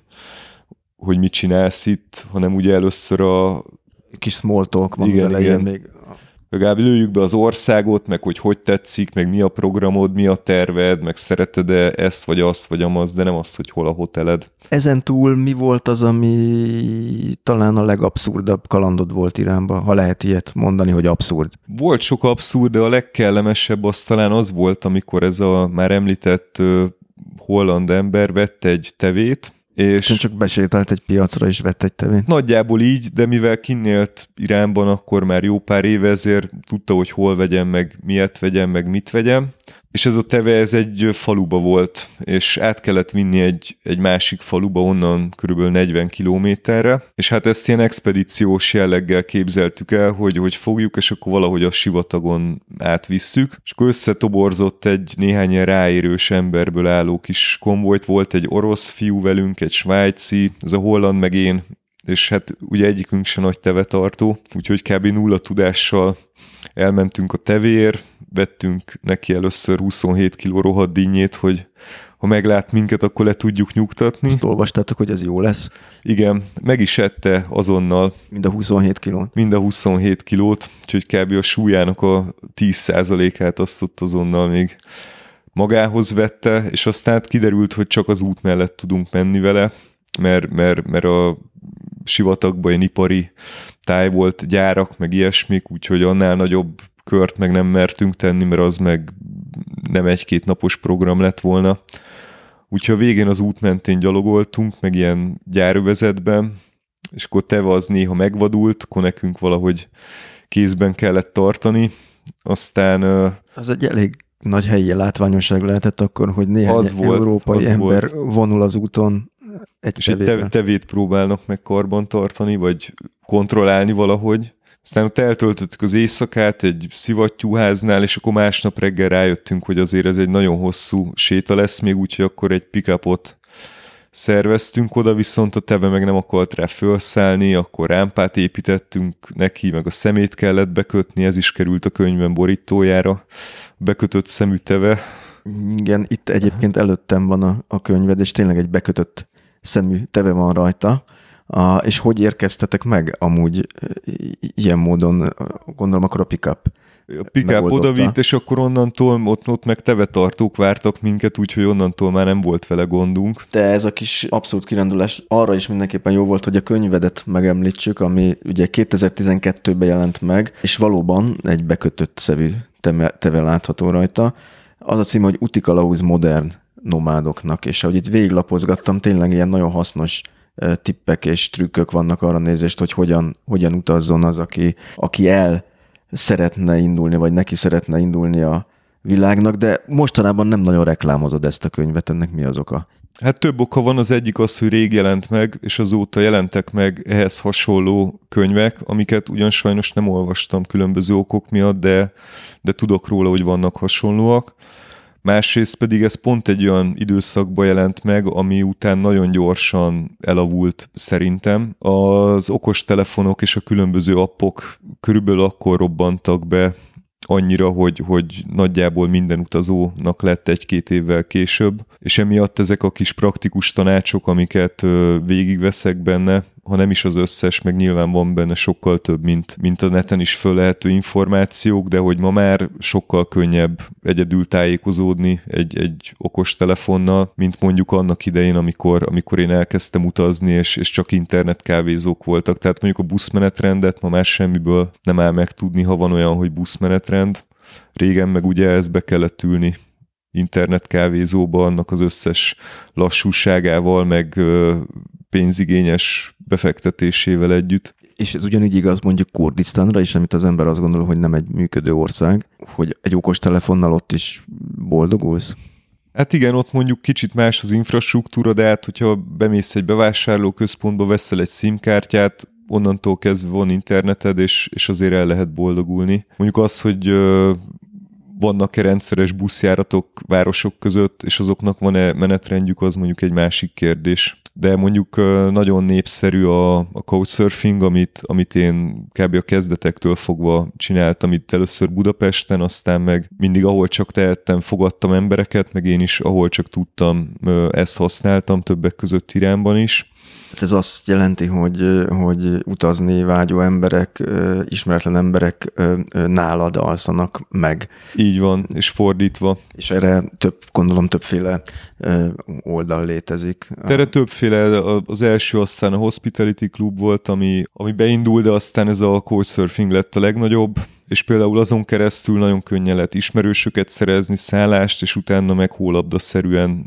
mit csinálsz itt, hanem ugye először a... kis small talk van az elején még... Legalább lőjük be az országot, meg hogy tetszik, meg mi a programod, mi a terved, meg szereted-e ezt, vagy azt, vagy amaz, de nem azt, hogy hol a hoteled. Ezen túl mi volt az, ami talán a legabszurdabb kalandod volt Iránban, ha lehet ilyet mondani, hogy abszurd? Volt sok abszurd, de a legkellemesebb az talán az volt, amikor ez a már említett holland ember vett egy tevét, és csak besétált egy piacra és vett egy tevét. Nagyjából így, de mivel kinnélt Iránban, akkor már jó pár éve, ezért tudta, hogy hol vegyem, meg miért vegyem, meg mit vegyem. És ez a teve, ez egy faluba volt, és át kellett vinni egy másik faluba, onnan körülbelül 40 kilométerre, és hát ezt ilyen expedíciós jelleggel képzeltük el, hogy fogjuk, és akkor valahogy a sivatagon átvisszük, és akkor összetoborzott egy néhány ilyen ráérős emberből álló kis konvojt, volt egy orosz fiú velünk, egy svájci, ez a holland meg én, és hát ugye egyikünk se nagy tevetartó, úgyhogy kb. Nulla tudással elmentünk a tevéért, vettünk neki először 27 kiló rohadt dinnyét, hogy ha meglát minket, akkor le tudjuk nyugtatni. Azt olvastátok, hogy ez jó lesz? Igen, meg is ette azonnal. Mind a 27 kilót? Mind a 27 kilót, úgyhogy kb. A súlyának a 10%-át azt ott azonnal még magához vette, és aztán kiderült, hogy csak az út mellett tudunk menni vele, mert a sivatagban ilyen ipari táj volt, gyárak, meg ilyesmik, úgyhogy annál nagyobb kört meg nem mertünk tenni, mert az meg nem egy-két napos program lett volna. Úgyhogy a végén az út mentén gyalogoltunk, meg ilyen gyárövezetben, és akkor teve az néha megvadult, akkor nekünk valahogy kézben kellett tartani. Aztán... Az egy elég nagy helyi látványosság lehetett akkor, hogy néhány európai ember vonul az úton egy és egy tevét próbálnak meg karban tartani, vagy kontrollálni valahogy. Aztán ott eltöltöttük az éjszakát egy szivattyúháznál, és akkor másnap reggel rájöttünk, hogy azért ez egy nagyon hosszú séta lesz, még úgy, hogy akkor egy pick-upot szerveztünk oda, viszont a teve meg nem akart rá felszállni, akkor rámpát építettünk neki, meg a szemét kellett bekötni, ez is került a könyvben borítójára, bekötött szemű teve. Igen, itt egyébként előttem van a könyved, és tényleg egy bekötött szemű teve van rajta. És hogy érkeztetek meg amúgy ilyen módon, gondolom akkor a pick-up? A pick-up odavitt, és akkor onnantól ott meg tevetartók vártak minket, úgyhogy onnantól már nem volt vele gondunk. De ez a kis abszolút kirándulás arra is mindenképpen jó volt, hogy a könyvedet megemlítsük, ami ugye 2012-ben jelent meg, és valóban egy bekötött szevű teve látható rajta. Az a cím, hogy Utikalauz modern nomádoknak, és ahogy itt végiglapozgattam, tényleg ilyen nagyon hasznos tippek és trükkök vannak arra nézést, hogy hogyan utazzon az, aki el szeretne indulni, vagy neki szeretne indulni a világnak, de mostanában nem nagyon reklámozod ezt a könyvet, ennek mi az oka? Hát több oka van, az egyik az, hogy rég jelent meg, és azóta jelentek meg ehhez hasonló könyvek, amiket ugyan sajnos nem olvastam különböző okok miatt, de tudok róla, hogy vannak hasonlóak. Másrészt pedig ez pont egy olyan időszakban jelent meg, ami után nagyon gyorsan elavult szerintem. Az okostelefonok és a különböző appok körülbelül akkor robbantak be annyira, hogy nagyjából minden utazónak lett egy-két évvel később, és emiatt ezek a kis praktikus tanácsok, amiket végigveszek benne, ha nem is az összes, meg nyilván van benne sokkal több, mint a neten is föllehető információk, de hogy ma már sokkal könnyebb egyedül tájékozódni egy okos telefonnal, mint mondjuk annak idején, amikor én elkezdtem utazni, és csak internetkávézók voltak. Tehát mondjuk a buszmenetrendet ma már semmiből nem áll megtudni, ha van olyan, hogy buszmenetrend. Régen meg ugye ezt be kellett ülni internetkávézóba, annak az összes lassúságával, meg pénzigényes befektetésével együtt. És ez ugyanígy igaz mondjuk Kurdisztánra is, amit az ember azt gondol, hogy nem egy működő ország, hogy egy okostelefonnal ott is boldogulsz? Hát igen, ott mondjuk kicsit más az infrastruktúra, de hát hogyha bemész egy bevásárlóközpontba, veszel egy SIM-kártyát, onnantól kezdve van interneted, és azért el lehet boldogulni. Mondjuk az, hogy vannak-e rendszeres buszjáratok városok között, és azoknak van-e menetrendjük, az mondjuk egy másik kérdés. De mondjuk nagyon népszerű a couchsurfing, amit én kb. A kezdetektől fogva csináltam itt először Budapesten, aztán meg mindig ahol csak tehettem, fogadtam embereket, meg én is ahol csak tudtam, ezt használtam, többek között Iránban is. Ez azt jelenti, hogy utazni vágyó emberek, ismeretlen emberek nálad alszanak meg. Így van, és fordítva. És erre gondolom többféle oldal létezik. Erre többféle, az első aztán a Hospitality Club volt, ami beindul, de aztán ez a couchsurfing lett a legnagyobb, és például azon keresztül nagyon könnyen lehet ismerősöket szerezni, szállást, és utána meg hólabdaszerűen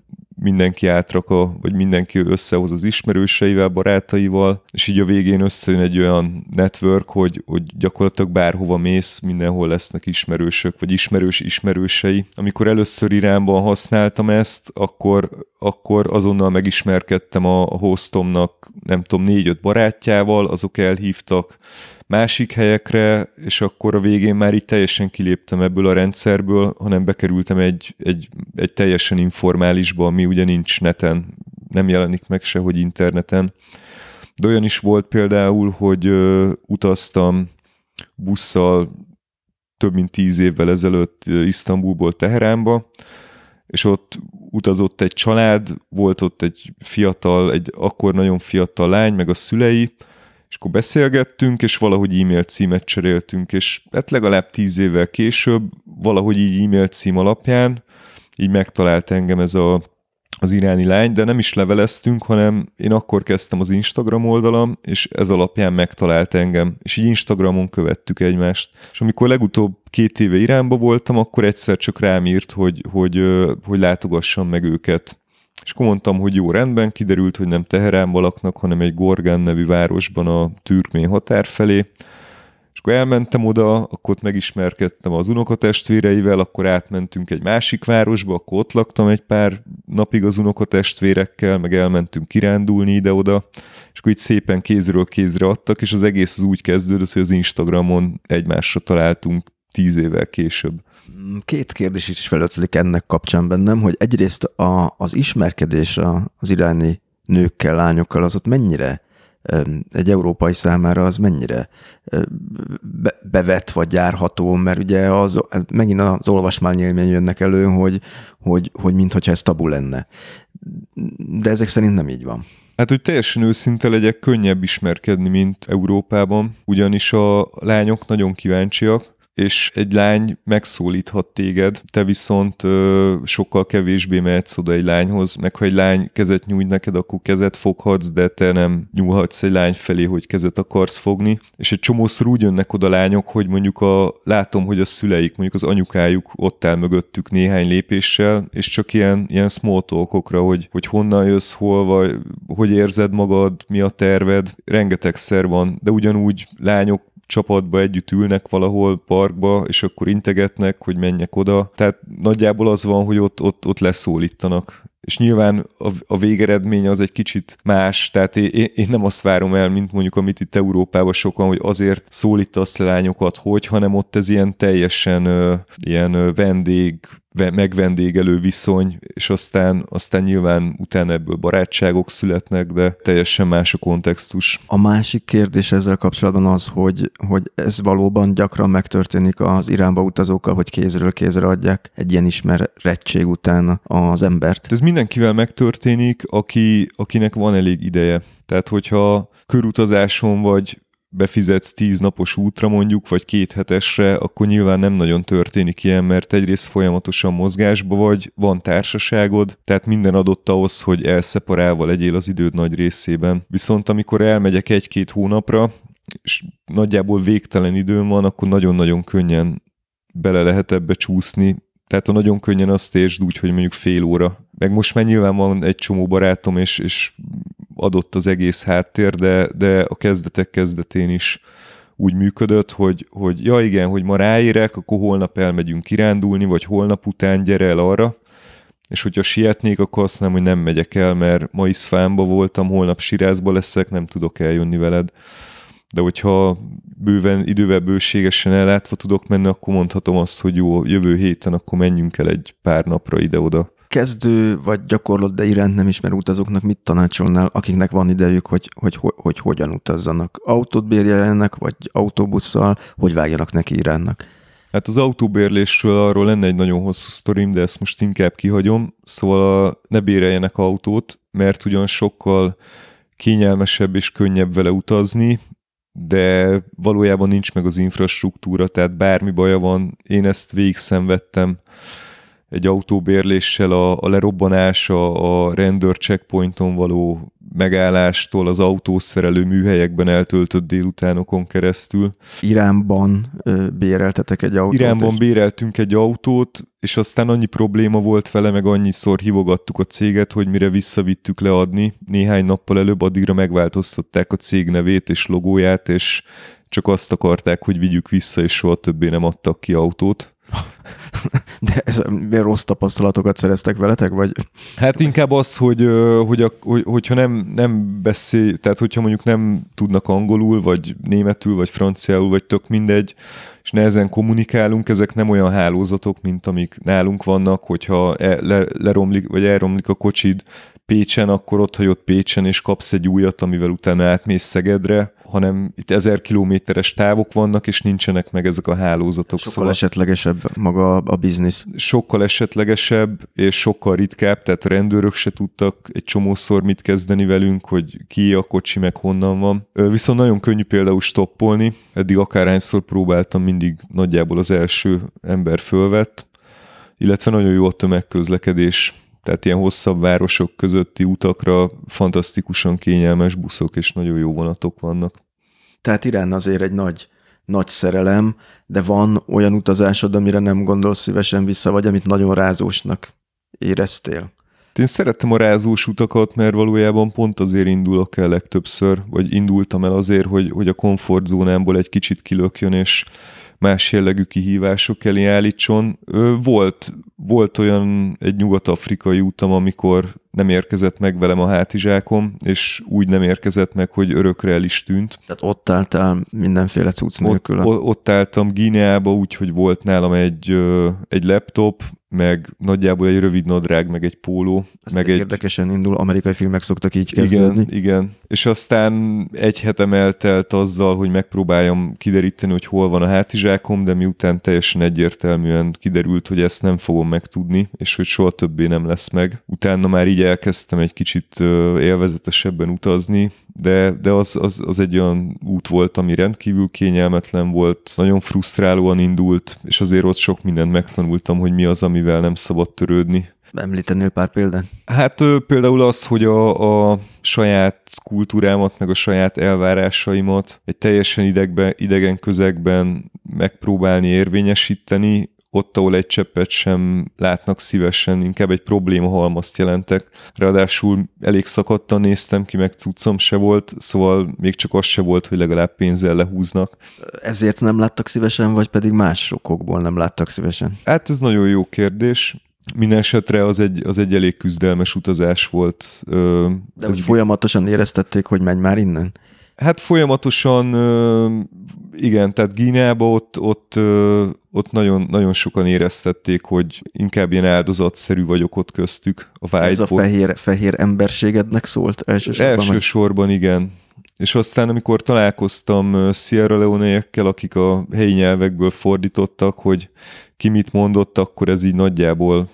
mindenki vagy mindenki összehoz az ismerőseivel, barátaival, és így a végén összejön egy olyan network, hogy gyakorlatilag bárhova mész, mindenhol lesznek ismerősök, vagy ismerősei. Amikor először Iránban használtam ezt, akkor azonnal megismerkedtem a hostomnak, nem tudom, 4-5 barátjával, azok elhívtak másik helyekre, és akkor a végén már így teljesen kiléptem ebből a rendszerből, hanem bekerültem egy teljesen informálisba, ami ugye nincs neten, nem jelenik meg sehogy interneten. De olyan is volt például, hogy utaztam busszal több mint 10 évvel ezelőtt Isztambulból Teheránba, és ott utazott egy család, volt ott egy akkor nagyon fiatal lány, meg a szülei, és akkor beszélgettünk, és valahogy e-mail címet cseréltünk, és hát legalább 10 évvel később, valahogy így e-mail cím alapján, így megtalált engem ez az iráni lány, de nem is leveleztünk, hanem én akkor kezdtem az Instagram oldalam, és ez alapján megtalált engem, és így Instagramon követtük egymást. És amikor legutóbb 2 éve Iránba voltam, akkor egyszer csak rám írt, hogy látogassam meg őket. És akkor mondtam, hogy jó, rendben, kiderült, hogy nem Teheránban laknak, hanem egy Gorgán nevű városban a türkmén határ felé. És akkor elmentem oda, akkor ott megismerkedtem az unokatestvéreivel, akkor átmentünk egy másik városba, akkor ott laktam egy pár napig az unokatestvérekkel, meg elmentünk kirándulni ide-oda, és akkor így szépen kézről kézre adtak, és az egész az úgy kezdődött, hogy az Instagramon egymásra találtunk 10 évvel később. 2 kérdés is felötlik ennek kapcsán bennem, hogy egyrészt az ismerkedés az iráni nőkkel, lányokkal az ott mennyire egy európai számára az mennyire bevett vagy járható, mert ugye megint az olvasmányélmény jönnek elő, hogy minthogyha ez tabu lenne. De ezek szerint nem így van. Hát, hogy teljesen őszinte legyek, könnyebb ismerkedni, mint Európában, ugyanis a lányok nagyon kíváncsiak, és egy lány megszólíthat téged, te viszont sokkal kevésbé mehetsz oda egy lányhoz, meg ha egy lány kezet nyújt neked, akkor kezet foghatsz, de te nem nyúlhatsz egy lány felé, hogy kezet akarsz fogni. És egy csomószor úgy jönnek oda lányok, hogy mondjuk látom, hogy a szüleik, mondjuk az anyukájuk ott áll mögöttük néhány lépéssel, és csak ilyen small talkokra, hogy honnan jössz, hol vagy, hogy érzed magad, mi a terved, rengetegszer van, de ugyanúgy lányok csapatba együtt ülnek valahol parkba, és akkor integetnek, hogy menjek oda. Tehát nagyjából az van, hogy ott leszólítanak. És nyilván a végeredmény az egy kicsit más, tehát én nem azt várom el, mint mondjuk amit itt Európában sokan, hogy azért szólítasz le lányokat, hanem ott ez ilyen teljesen ilyen megvendégelő viszony, és aztán nyilván utána ebből barátságok születnek, de teljesen más a kontextus. A másik kérdés ezzel kapcsolatban az, hogy ez valóban gyakran megtörténik az Iránba utazókkal, hogy kézről kézre adják egy ilyen ismerettség után az embert. Ez mindenkivel megtörténik, akinek van elég ideje. Tehát, hogyha körutazáson vagy befizetsz 10 napos útra mondjuk, vagy 2 hetesre, akkor nyilván nem nagyon történik ilyen, mert egyrészt folyamatosan mozgásba vagy, van társaságod, tehát minden adott ahhoz, hogy elszeparálva legyél az időd nagy részében. Viszont amikor elmegyek 1-2 hónapra, és nagyjából végtelen időm van, akkor nagyon-nagyon könnyen bele lehet ebbe csúszni. Tehát nagyon könnyen azt értsd úgy, hogy mondjuk fél óra. Meg most már nyilván van egy csomó barátom, és adott az egész háttér, de a kezdetek kezdetén is úgy működött, hogy ja igen, hogy ma ráérek, akkor holnap elmegyünk kirándulni, vagy holnap után gyere el arra, és hogyha sietnék, akkor azt mondom, hogy nem megyek el, mert ma Iszfánba voltam, holnap Sirázba leszek, nem tudok eljönni veled. De hogyha idővel bőségesen ellátva tudok menni, akkor mondhatom azt, hogy jó, jövő héten akkor menjünk el egy pár napra ide-oda. Kezdő vagy gyakorlott, de iránt nem ismerő utazóknak mit tanácsolnál, akiknek van idejük, hogy hogyan utazzanak? Autót bérjeljenek, vagy autóbusszal, hogy vágjanak neki Iránnak? Hát az autóbérlésről arról lenne egy nagyon hosszú sztorim, de ezt most inkább kihagyom. Szóval ne béreljenek autót, mert ugyan sokkal kényelmesebb és könnyebb vele utazni, de valójában nincs meg az infrastruktúra, tehát bármi baja van, én ezt végig szenvedtem egy autóbérléssel, a lerobbanás, a rendőr checkpointon való megállástól az autószerelő műhelyekben eltöltött délutánokon keresztül. Iránban béreltetek egy autót? Iránban béreltünk egy autót, és aztán annyi probléma volt vele, meg annyiszor hívogattuk a céget, hogy mire visszavittük leadni, néhány nappal előbb addigra megváltoztatták a cég nevét és logóját, és csak azt akarták, hogy vigyük vissza, és soha többé nem adtak ki autót. De rossz tapasztalatokat szereztek veletek, vagy? Hát inkább az, hogyha nem beszél, tehát hogyha mondjuk nem tudnak angolul, vagy németül, vagy franciául, vagy tök mindegy, és nehezen kommunikálunk, ezek nem olyan hálózatok, mint amik nálunk vannak, hogyha leromlik, vagy elromlik a kocsid Pécsen, akkor ott hagyod Pécsen, és kapsz egy újat, amivel utána átmész Szegedre, hanem itt 1000 kilométeres távok vannak, és nincsenek meg ezek a hálózatok. Sokkal esetlegesebb maga a biznisz. Sokkal esetlegesebb, és sokkal ritkább, tehát a rendőrök se tudtak egy csomószor mit kezdeni velünk, hogy ki a kocsi, meg honnan van. Viszont nagyon könnyű például stoppolni, eddig akárhányszor próbáltam, mindig nagyjából az első ember fölvett, illetve nagyon jó a tömegközlekedés. Tehát ilyen hosszabb városok közötti utakra fantasztikusan kényelmes buszok és nagyon jó vonatok vannak. Tehát Irán azért egy nagy szerelem, de van olyan utazásod, amire nem gondolsz szívesen vissza, vagy amit nagyon rázósnak éreztél? Én szerettem a rázós utakat, mert valójában pont azért indulok el legtöbbször, vagy indultam el azért, hogy a komfortzónámból egy kicsit kilökjön, és más jellegű kihívások elé állítson. Volt olyan egy nyugat-afrikai utam, amikor nem érkezett meg velem a hátizsákom, és úgy nem érkezett meg, hogy örökre el is tűnt. Tehát ott álltál mindenféle cucc nélkül? Ott álltam Guineába, úgyhogy volt nálam egy laptop, meg nagyjából egy rövid nadrág, meg egy póló. Ez meg érdekesen indul, amerikai filmek szoktak így kezdődni. Igen. És aztán egy hetem eltelt azzal, hogy megpróbáljam kideríteni, hogy hol van a hátizsákom, de miután teljesen egyértelműen kiderült, hogy ezt nem fogom megtudni, és hogy soha többé nem lesz meg. Utána már így elkezdtem egy kicsit élvezetesebben utazni, de az egy olyan út volt, ami rendkívül kényelmetlen volt, nagyon frusztrálóan indult, és azért ott sok mindent megtanultam, hogy mi az, amivel nem szabad törődni. Említenél pár példát? Hát például az, hogy a saját kultúrámat, meg a saját elvárásaimat egy teljesen idegen közegben megpróbálni érvényesíteni, ott, ahol egy cseppet sem látnak szívesen, inkább egy problémahalmazt jelentek. Ráadásul elég szakadtan néztem ki, meg cuccom se volt, szóval még csak az se volt, hogy legalább pénzzel lehúznak. Ezért nem láttak szívesen, vagy pedig más okokból nem láttak szívesen? Hát ez nagyon jó kérdés. Minden esetre az egy elég küzdelmes utazás volt. De folyamatosan éreztették, hogy menj már innen? Hát folyamatosan, igen, tehát Guineába ott nagyon, nagyon sokan éreztették, hogy inkább ilyen áldozatszerű vagyok ott köztük. Ez a fehér emberségednek szólt elsősorban? Elsősorban, igen. És aztán, amikor találkoztam Sierra Leone-ekkel, akik a helyi nyelvekből fordítottak, hogy ki mit mondott, akkor ez így nagyjából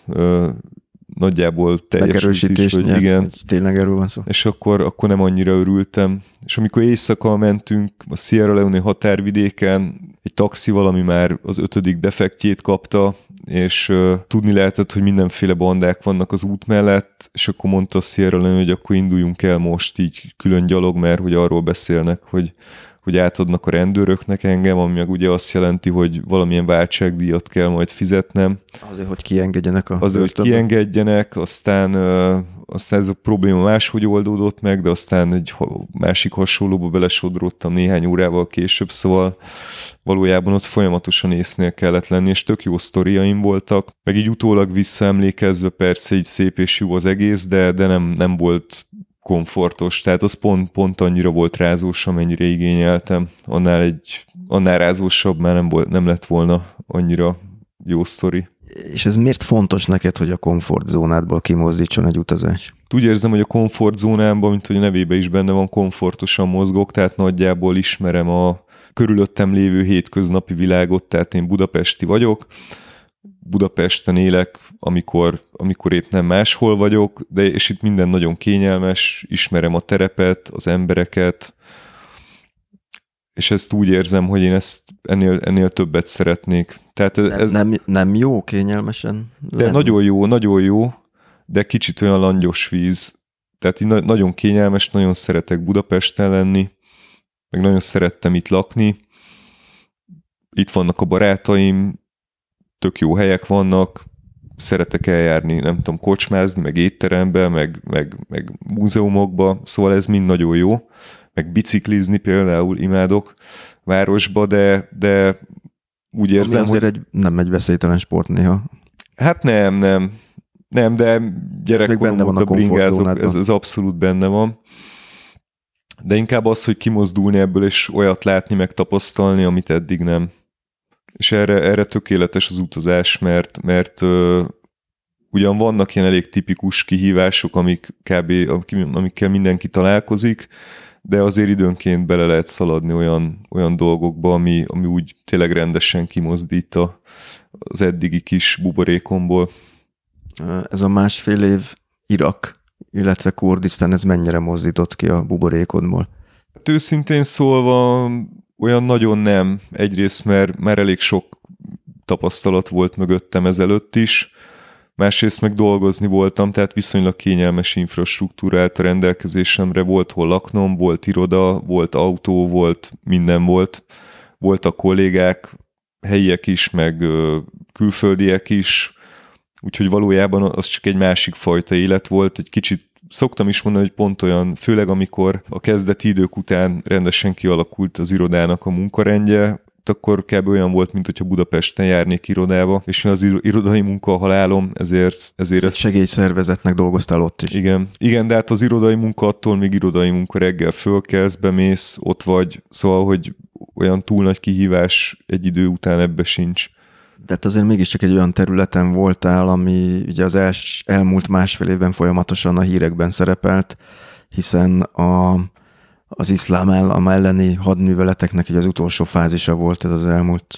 teljesítés, hogy igen. Hogy tényleg erről van szó. És akkor nem annyira örültem. És amikor éjszaka mentünk a Sierra Leone határvidéken, egy taxival, ami már az 5. defektjét kapta, és tudni lehetett, hogy mindenféle bandák vannak az út mellett, és akkor mondta a Sierra Leone, hogy akkor induljunk el most így külön gyalog, mert hogy arról beszélnek, hogy átadnak a rendőröknek engem, ami meg ugye azt jelenti, hogy valamilyen váltságdíjat kell majd fizetnem. Azért, hogy kiengedjenek Azért, hogy kiengedjenek, aztán ez a probléma máshogy oldódott meg, de aztán egy másik hasonlóba belesodródtam néhány órával később, szóval valójában ott folyamatosan észnél kellett lenni, és tök jó sztoriaim voltak, meg így utólag visszaemlékezve persze így szép és jó az egész, de nem volt komfortos, tehát az pont annyira volt rázós, amennyire igényeltem. Annál rázósabb már nem lett volna annyira jó sztori. És ez miért fontos neked, hogy a komfortzónádból kimozdítson egy utazás? Úgy érzem, hogy a komfortzónámban, mint hogy a nevében is benne van, komfortosan mozgok, tehát nagyjából ismerem a körülöttem lévő hétköznapi világot, tehát én budapesti vagyok, Budapesten élek, amikor épp nem máshol vagyok, és itt minden nagyon kényelmes, ismerem a terepet, az embereket, és ezt úgy érzem, hogy én ezt ennél többet szeretnék. Tehát nem jó kényelmesen lenni? De nagyon jó, de kicsit olyan langyos víz. Tehát nagyon kényelmes, nagyon szeretek Budapesten lenni, meg nagyon szerettem itt lakni. Itt vannak a barátaim, tök jó helyek vannak, szeretek eljárni, nem tudom, kocsmázni, meg étterembe, meg múzeumokba, szóval ez mind nagyon jó. Meg biciklizni például imádok városba, de úgy érzem, azért hogy nem egy veszélytelen sport néha. Hát nem, de gyerekkorom óta bringázok, ez abszolút benne van. De inkább az, hogy kimozdulni ebből, és olyat látni, meg tapasztalni, amit eddig nem. És erre tökéletes az utazás, mert ugyan vannak ilyen elég tipikus kihívások, amikkel mindenki találkozik, de azért időnként bele lehet szaladni olyan dolgokba, ami úgy tényleg rendesen kimozdít az eddigi kis buborékomból. Ez a másfél év Irak, illetve Kurdisztán, ez mennyire mozdított ki a buborékodból? Hát őszintén szólva olyan nagyon nem. Egyrészt, mert már elég sok tapasztalat volt mögöttem ezelőtt is, másrészt meg dolgozni voltam, tehát viszonylag kényelmes infrastruktúra állt a rendelkezésemre, volt hol laknom, volt iroda, volt autó, minden volt. Voltak kollégák, helyiek is, meg külföldiek is, úgyhogy valójában az csak egy másik fajta élet volt, egy kicsit szoktam is mondani, hogy pont olyan, főleg amikor a kezdeti idők után rendesen kialakult az irodának a munkarendje, akkor kb. Olyan volt, mint hogyha Budapesten járnék irodába, és az irodai munka a halálom, ezért ezt... Segélyszervezetnek dolgoztál ott is. Igen, de hát az irodai munka attól még irodai munka, reggel fölkelsz, bemész, ott vagy, szóval, hogy olyan túl nagy kihívás egy idő után ebbe sincs. De hát azért mégiscsak egy olyan területen voltál, ami ugye az elmúlt másfél évben folyamatosan a hírekben szerepelt, hiszen az iszlám állam elleni hadműveleteknek az utolsó fázisa volt ez az elmúlt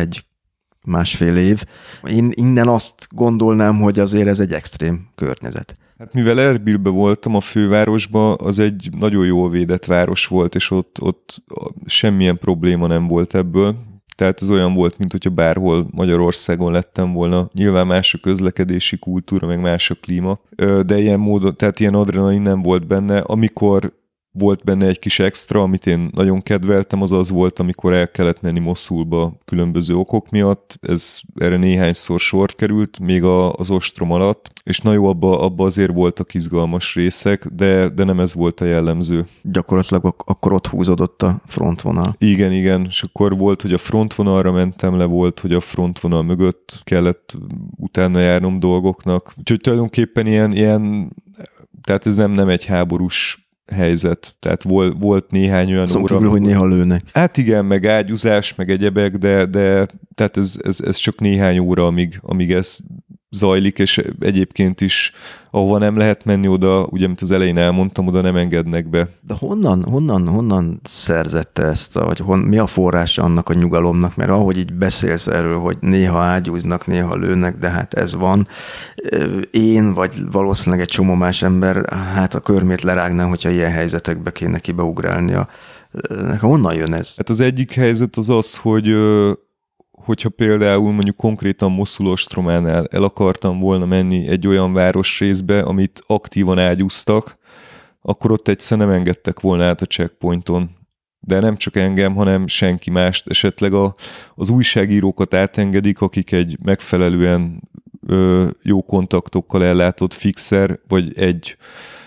másfél év. Én innen azt gondolnám, hogy azért ez egy extrém környezet. Hát mivel Erbilben voltam, a fővárosban, az egy nagyon jól védett város volt, és ott semmilyen probléma nem volt ebből. Tehát ez olyan volt, mint hogyha bárhol Magyarországon lettem volna. Nyilván más a közlekedési kultúra, meg más a klíma, de ilyen módon, tehát ilyen adrenalin nem volt benne. Amikor volt benne egy kis extra, amit én nagyon kedveltem, az volt, amikor el kellett menni Moszulba különböző okok miatt. Erre néhányszor sort került, még az ostrom alatt, és na jó, abba azért voltak izgalmas részek, de nem ez volt a jellemző. Gyakorlatilag akkor ott húzódott a frontvonal. Igen, és akkor volt, hogy a frontvonalra mentem le, volt, hogy a frontvonal mögött kellett utána járnom dolgoknak. Úgyhogy tulajdonképpen ilyen tehát ez nem egy háborús helyzet. Tehát volt néhány olyan óra. Kívül, hogy néha lőnek. Hát igen, meg ágyúzás, meg egyebek, de tehát ez csak néhány óra, amíg ez zajlik, és egyébként is, ahova nem lehet menni oda, ugye, mint az elején elmondtam, oda nem engednek be. De honnan szerzette ezt, vagy mi a forrása annak a nyugalomnak? Mert ahogy így beszélsz erről, hogy néha ágyúznak, néha lőnek, de hát ez van. Én, vagy valószínűleg egy csomó más ember, hát a körmét lerágnám, hogyha ilyen helyzetekbe kéne kibeugrálnia. Honnan jön ez? Hát az egyik helyzet az, hogyha például mondjuk konkrétan Moszul ostrománál el akartam volna menni egy olyan városrészbe, amit aktívan ágyúztak, akkor ott egyszer nem engedtek volna át a checkpointon. De nem csak engem, hanem senki mást. Esetleg az újságírókat átengedik, akik egy megfelelően jó kontaktokkal ellátott fixer, vagy egy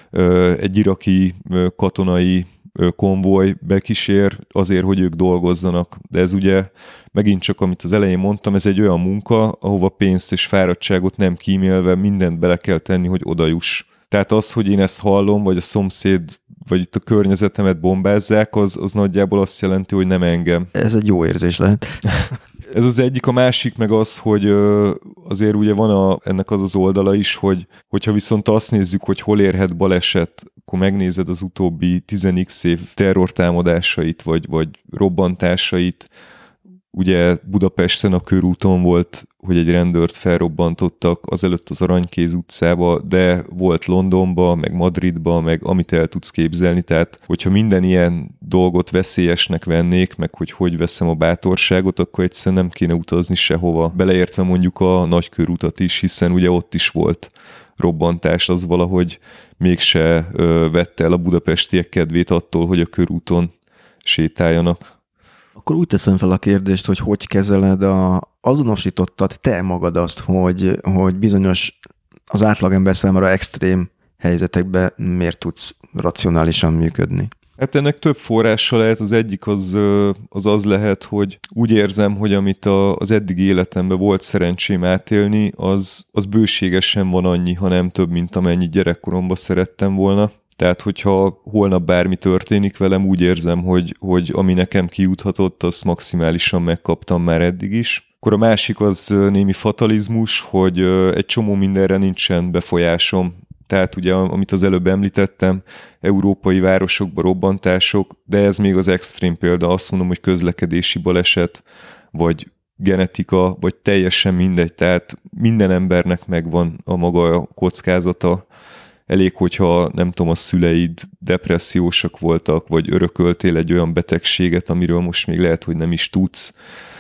iraki katonai konvoj bekísér azért, hogy ők dolgozzanak. De ez ugye megint csak, amit az elején mondtam, ez egy olyan munka, ahova pénzt és fáradtságot nem kímélve mindent bele kell tenni, hogy odajuss. Tehát az, hogy én ezt hallom, vagy a szomszéd, vagy itt a környezetemet bombázzák, az nagyjából azt jelenti, hogy nem engem. Ez egy jó érzés lehet. Ez az egyik, a másik meg az, hogy azért ugye van ennek az oldala is, hogyha viszont azt nézzük, hogy hol érhet baleset, akkor megnézed az utóbbi 10x év terrortámadásait, vagy robbantásait. Ugye Budapesten a körúton volt, hogy egy rendőrt felrobbantottak, azelőtt az Aranykéz utcába, de volt Londonba, meg Madridba, meg amit el tudsz képzelni. Tehát, hogyha minden ilyen dolgot veszélyesnek vennék, meg hogy veszem a bátorságot, akkor egyszerűen nem kéne utazni sehova. Beleértve mondjuk a nagykörútat is, hiszen ugye ott is volt robbantás az valahogy mégse vette el a budapestiek kedvét attól, hogy a körúton sétáljanak. Akkor úgy teszem fel a kérdést, hogy kezeled azonosítottad te magad azt, hogy bizonyos az átlagember számára extrém helyzetekben miért tudsz racionálisan működni? Hát ennek több forrása lehet, az egyik az lehet, hogy úgy érzem, hogy amit az eddigi életemben volt szerencsém átélni, az bőségesen van annyi, ha nem több, mint amennyi gyerekkoromban szerettem volna. Tehát, hogyha holnap bármi történik velem, úgy érzem, hogy ami nekem kijuthatott, azt maximálisan megkaptam már eddig is. Akkor a másik az némi fatalizmus, hogy egy csomó mindenre nincsen befolyásom. Tehát ugye, amit az előbb említettem, európai városokban robbantások, de ez még az extrém példa, azt mondom, hogy közlekedési baleset, vagy genetika, vagy teljesen mindegy, tehát minden embernek megvan a maga kockázata. Elég, hogyha nem tudom, a szüleid depressziósak voltak, vagy örököltél egy olyan betegséget, amiről most még lehet, hogy nem is tudsz,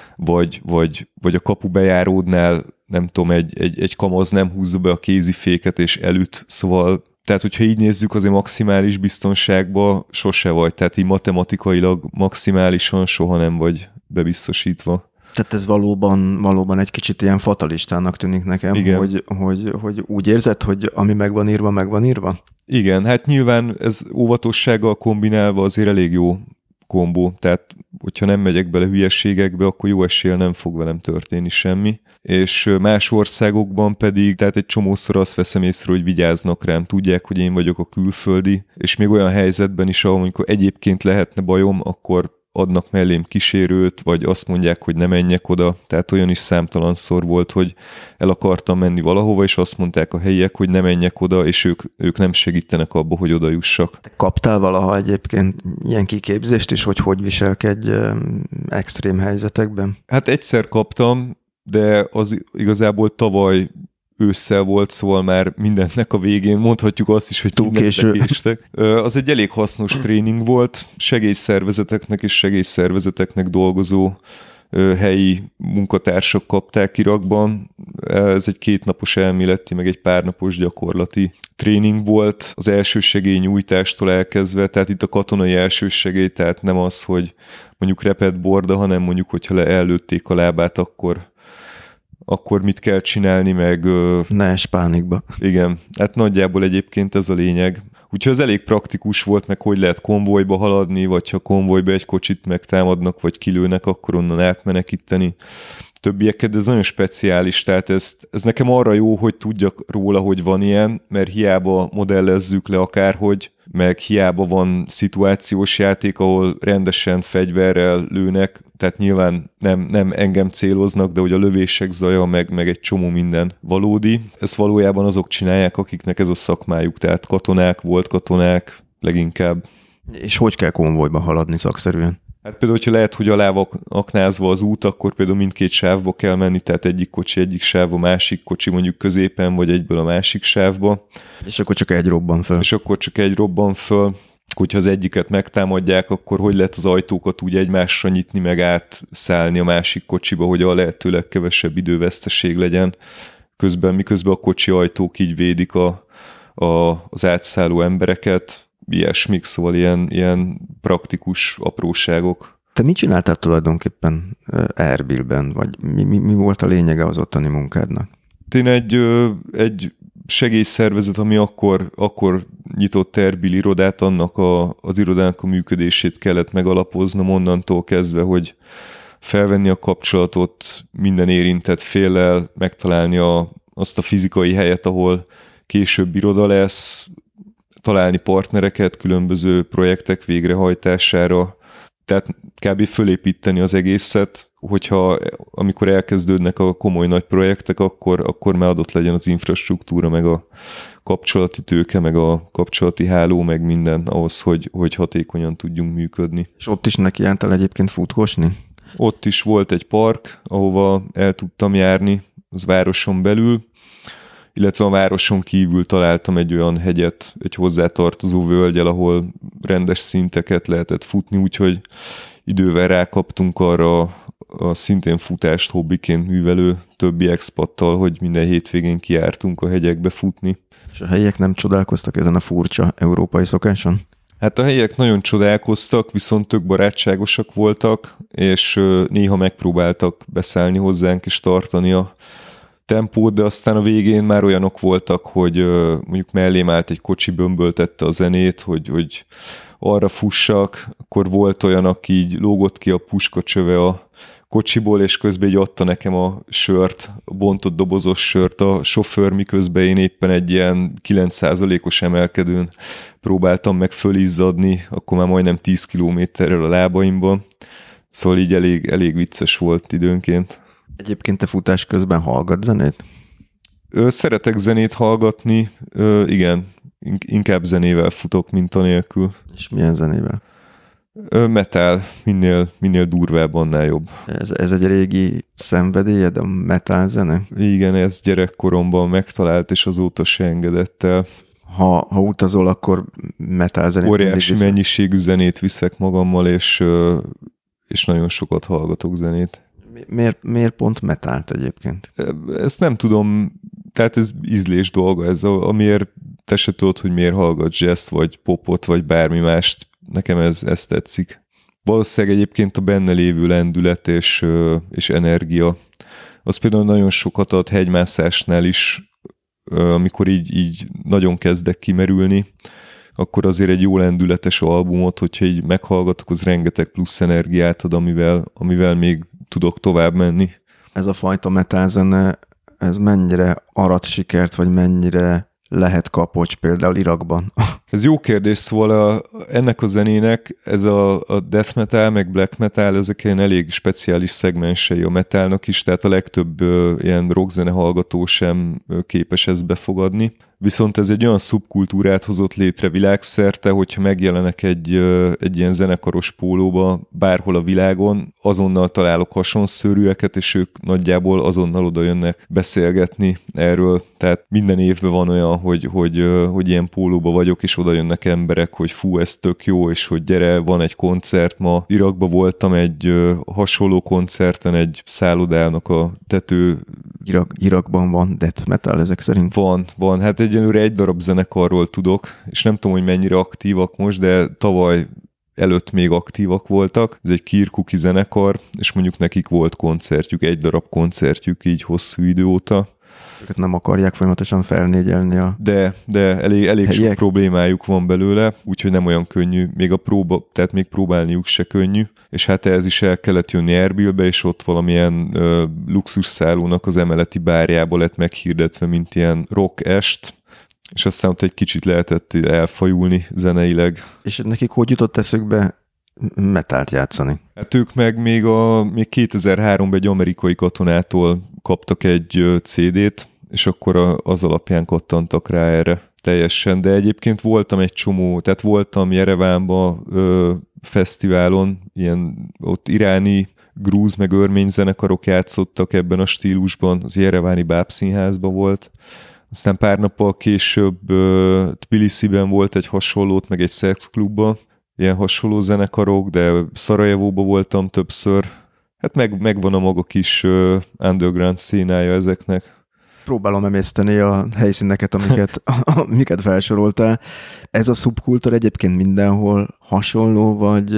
vagy a kapubejáródnál nem tudom, egy kamaz nem húzza be a kéziféket és elüt, szóval tehát, hogyha így nézzük, azért maximális biztonságban sose vagy, tehát így matematikailag maximálisan soha nem vagy bebiztosítva. Tehát ez valóban egy kicsit ilyen fatalistának tűnik nekem, hogy úgy érzed, hogy ami meg van írva? Igen, hát nyilván ez óvatossággal kombinálva azért elég jó kombó, tehát hogyha nem megyek bele hülyességekbe, akkor jó eséllyel nem fog velem történni semmi. És más országokban pedig, tehát egy csomószor azt veszem észre, hogy vigyáznak rám, tudják, hogy én vagyok a külföldi, és még olyan helyzetben is, ahol amikor egyébként lehetne bajom, akkor adnak mellém kísérőt, vagy azt mondják, hogy ne menjek oda. Tehát olyan is számtalanszor volt, hogy el akartam menni valahova, és azt mondták a helyiek, hogy ne menjek oda, és ők nem segítenek abba, hogy oda jussak. Te kaptál valaha egyébként ilyen kiképzést is, hogy viselkedj extrém helyzetekben? Hát egyszer kaptam, de az igazából tavaly ősszel volt, szóval már mindennek a végén mondhatjuk azt is, hogy túl késő. Az egy elég hasznos tréning volt, segélyszervezeteknek és segélyszervezeteknek dolgozó helyi munkatársak kapták Irakban. Ez egy 2 napos elméleti, meg egy pár napos gyakorlati tréning volt az elsősegélynyújtástól elkezdve, tehát itt a katonai elsősegély, tehát nem az, hogy mondjuk repett borda, hanem mondjuk, hogyha ellőtték a lábát, akkor mit kell csinálni, meg... Ne es pánikba. Igen, hát nagyjából egyébként ez a lényeg. Úgyhogy az elég praktikus volt, meg hogy lehet konvojba haladni, vagy ha konvojba egy kocsit megtámadnak, vagy kilőnek, akkor onnan átmenekíteni többieket, de ez nagyon speciális, tehát ez nekem arra jó, hogy tudjak róla, hogy van ilyen, mert hiába modellezzük le akárhogy, meg hiába van szituációs játék, ahol rendesen fegyverrel lőnek, tehát nyilván nem engem céloznak, de hogy a lövések zaja, meg egy csomó minden valódi. Ezt valójában azok csinálják, akiknek ez a szakmájuk, tehát katonák, volt katonák leginkább. És hogy kell konvojba haladni szakszerűen? Hát például, hogyha lehet, hogy alá van aknázva az út, akkor például mindkét sávba kell menni, tehát egyik kocsi egyik sávba, másik kocsi mondjuk középen, vagy egyből a másik sávba. És akkor csak egy robban föl. Hogyha az egyiket megtámadják, akkor hogy lehet az ajtókat úgy egymásra nyitni, meg átszállni a másik kocsiba, hogy a lehető legkevesebb időveszteség legyen. Miközben a kocsi ajtók így védik az átszálló embereket, ilyesmik, szóval ilyen praktikus apróságok. Te mit csináltál tulajdonképpen Erbilben, vagy mi volt a lényege az ottani munkádnak? Én egy segélyszervezet, ami akkor nyitott Erbil irodát, annak az irodának a működését kellett megalapoznom onnantól kezdve, hogy felvenni a kapcsolatot minden érintett féllel, megtalálni azt a fizikai helyet, ahol később iroda lesz, találni partnereket különböző projektek végrehajtására, tehát kb. Fölépíteni az egészet, amikor elkezdődnek a komoly nagy projektek, akkor már adott legyen az infrastruktúra, meg a kapcsolati tőke, meg a kapcsolati háló, meg minden ahhoz, hogy hatékonyan tudjunk működni. És ott is nekiálltál egyébként futkosni? Ott is volt egy park, ahova el tudtam járni, az városon belül, illetve a városon kívül találtam egy olyan hegyet, egy hozzátartozó völgyel, ahol rendes szinteket lehetett futni, úgyhogy idővel rákaptunk arra a szintén futást hobbiként művelő többi expattal, hogy minden hétvégén kijártunk a hegyekbe futni. És a helyiek nem csodálkoztak ezen a furcsa európai szokáson? Hát a helyiek nagyon csodálkoztak, viszont tök barátságosak voltak, és néha megpróbáltak beszállni hozzánk és tartani a tempót, de aztán a végén már olyanok voltak, hogy mondjuk mellém állt egy kocsi, bömböltette a zenét, hogy arra fussak, akkor volt olyan, aki így lógott ki a puskacsöve a kocsiból, és közben így adta nekem a sört, a bontott dobozos sört a sofőr, miközben én éppen egy ilyen 9%-os emelkedőn próbáltam meg fölizzadni, akkor már majdnem 10 kilométerrel a lábaimban. Szóval így elég vicces volt időnként. Egyébként te futás közben hallgat zenét? Szeretek zenét hallgatni, igen, inkább zenével futok, mint anélkül. És milyen zenével? Metal, minél durvább, annál jobb. Ez egy régi szenvedélyed, a metal zene? Igen, ez gyerekkoromban megtalált, és azóta se engedett el. Ha utazol, akkor metal zenét? Óriási mennyiségű zenét viszek magammal, és nagyon sokat hallgatok zenét. Miért pont metált egyébként? Ezt nem tudom, tehát ez ízlés dolga, ez amiért te se tudod, hogy miért hallgat jazzt, vagy popot, vagy bármi mást. Nekem ez tetszik. Valószínűleg egyébként a benne lévő lendület és energia. Az például nagyon sokat ad hegymászásnál is, amikor így nagyon kezdek kimerülni, akkor azért egy jó lendületes albumot, hogyha így meghallgatok, az rengeteg plusz energiát ad, amivel még tudok tovább menni. Ez a fajta metal zene, ez mennyire arat sikert, vagy mennyire lehet kapocs például Irakban? Ez jó kérdés, szóval ennek a zenének ez a death metal, meg black metal, ezek ilyen elég speciális szegmensei a metalnak is, tehát a legtöbb ilyen rockzene hallgató sem képes ezt befogadni. Viszont ez egy olyan szubkultúrát hozott létre világszerte, hogyha megjelenek egy ilyen zenekaros pólóba bárhol a világon, azonnal találok hasonszőrűeket, és ők nagyjából azonnal oda jönnek beszélgetni erről. Tehát minden évben van olyan, hogy ilyen pólóba vagyok, és oda jönnek emberek, hogy fú, ez tök jó, és hogy gyere, van egy koncert ma. Irakba voltam egy hasonló koncerten, egy szállodának a tető... Irakban van death metal ezek szerint? Van. Hát egyenlőre egy darab zenekarról tudok, és nem tudom, hogy mennyire aktívak most, de tavaly előtt még aktívak voltak. Ez egy Kirkuki zenekar, és mondjuk nekik volt koncertjük, egy darab koncertjük így hosszú idő óta. Őket nem akarják folyamatosan felnégyelni a... De elég sok problémájuk van belőle, úgyhogy nem olyan könnyű, még a próba, tehát még próbálniuk se könnyű, és hát ehhez is el kellett jönni Erbilbe, és ott valamilyen luxusszállónak az emeleti bárjába lett meghirdetve, mint ilyen rock est, és aztán ott egy kicsit lehetett elfajulni zeneileg. És nekik hogy jutott eszükbe metált játszani? Hát ők meg még 2003-ban egy amerikai katonától kaptak egy CD-t, és akkor az alapján kattantak rá erre teljesen. De egyébként voltam egy csomó, tehát voltam Jerevánban fesztiválon, ilyen ott iráni, grúz meg örmény zenekarok játszottak ebben a stílusban, az jereváni bábszínházban volt. Aztán pár nappal később Tbilisiben volt egy hasonlót, meg egy szexklubban, ilyen hasonló zenekarok, de Szarajevóban voltam többször. Hát megvan a maga kis underground színája ezeknek. Próbálom emészteni a helyszíneket, amiket felsoroltál. Ez a szubkultúra egyébként mindenhol hasonló,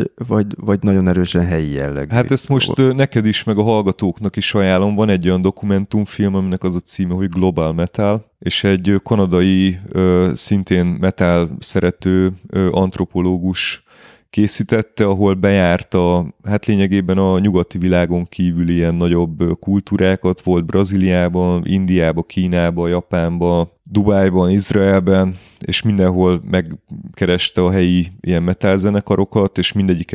vagy nagyon erősen helyi jellegű? Hát ezt most neked is, meg a hallgatóknak is ajánlom. Van egy olyan dokumentumfilm, aminek az a címe, hogy Global Metal, és egy kanadai, szintén metal szerető antropológus készítette, ahol bejárta, hát lényegében a nyugati világon kívül ilyen nagyobb kultúrákat, volt Brazíliában, Indiában, Kínában, Japánban, Dubájban, Izraelben, és mindenhol megkereste a helyi ilyen metal zenekarokat, és mindegyikben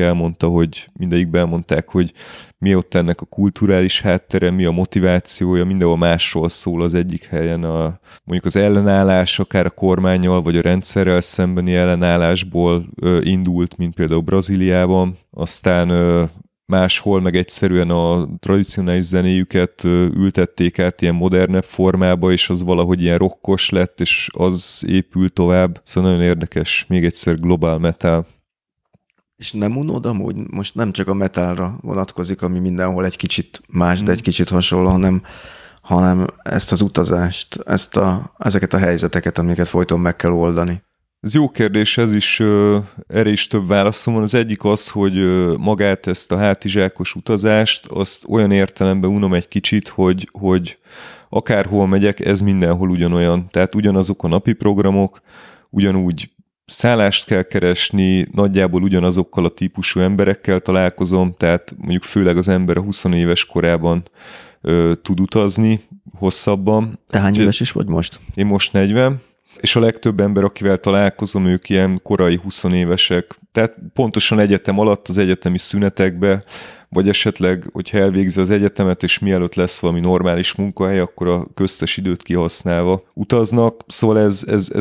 elmondták, hogy mi ott ennek a kulturális háttere, mi a motivációja, mindenhol másról szól az egyik helyen. Mondjuk az ellenállás, akár a kormánnyal, vagy a rendszerrel szembeni ellenállásból indult, mint például Brazíliában, aztán máshol meg egyszerűen a tradicionális zenéjüket ültették át ilyen modernebb formába, és az valahogy ilyen rockos lett, és az épül tovább. Szóval nagyon érdekes, még egyszer Global Metal. És nem unod amúgy, most nem csak a metálra vonatkozik, ami mindenhol egy kicsit más, de egy kicsit hasonló, hanem ezt az utazást, ezeket a helyzeteket, amiket folyton meg kell oldani. Ez jó kérdés, ez is, erre is több válaszom van. Az egyik az, hogy magát ezt a hátizsákos utazást, azt olyan értelemben unom egy kicsit, hogy akárhol megyek, ez mindenhol ugyanolyan. Tehát ugyanazok a napi programok, ugyanúgy szállást kell keresni, nagyjából ugyanazokkal a típusú emberekkel találkozom, tehát mondjuk főleg az ember a 20 éves korában tud utazni hosszabban. Te hány éves is vagy most? Én most 40, és a legtöbb ember, akivel találkozom, ők ilyen korai 20 évesek. Tehát pontosan egyetem alatt, az egyetemi szünetekbe, vagy esetleg, hogyha elvégzi az egyetemet, és mielőtt lesz valami normális munkahely, akkor a köztes időt kihasználva utaznak. Szóval ez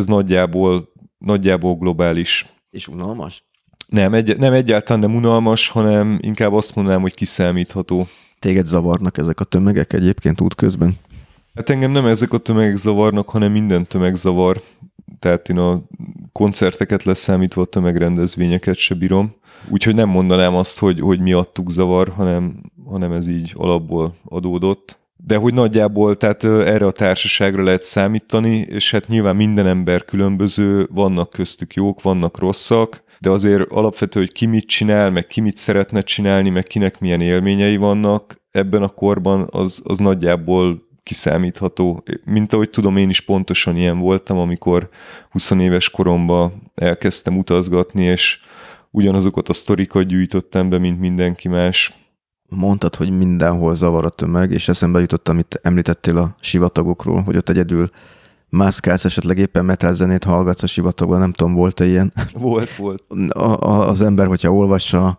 nagyjából globális. És unalmas? Nem, egyáltalán nem unalmas, hanem inkább azt mondanám, hogy kiszámítható. Téged zavarnak ezek a tömegek egyébként útközben? Hát engem nem ezek a tömegek zavarnak, hanem minden tömeg zavar. Tehát én a koncerteket leszámítva a tömegrendezvényeket se bírom. Úgyhogy nem mondanám azt, hogy miattuk zavar, hanem ez így alapból adódott. De hogy nagyjából, tehát erre a társaságra lehet számítani, és hát nyilván minden ember különböző, vannak köztük jók, vannak rosszak, de azért alapvető, hogy ki mit csinál, meg ki mit szeretne csinálni, meg kinek milyen élményei vannak, ebben a korban az nagyjából kiszámítható. Mint ahogy tudom, én is pontosan ilyen voltam, amikor 20 éves koromban elkezdtem utazgatni, és ugyanazokat a sztorikat gyűjtöttem be, mint mindenki más. Mondtad, hogy mindenhol zavar a tömeg, és eszembe jutott, amit említettél a sivatagokról, hogy ott egyedül mászkálsz, esetleg éppen metal zenét hallgatsz a sivatagban, nem tudom, volt-e ilyen? Volt. Az ember, hogyha olvassa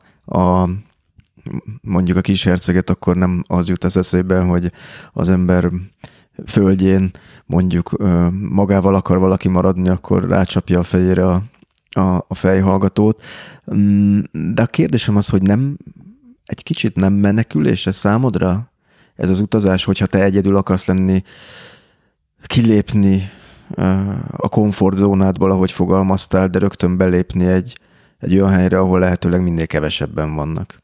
mondjuk a Kis Herceget, akkor nem az jut az eszébe, hogy az ember földjén mondjuk magával akar valaki maradni, akkor rácsapja a fejére a fejhallgatót. De a kérdésem az, hogy egy kicsit nem menekülés ez számodra? Ez az utazás, hogyha te egyedül akarsz lenni, kilépni a komfortzónádból, ahogy fogalmaztál, de rögtön belépni egy olyan helyre, ahol lehetőleg minél kevesebben vannak.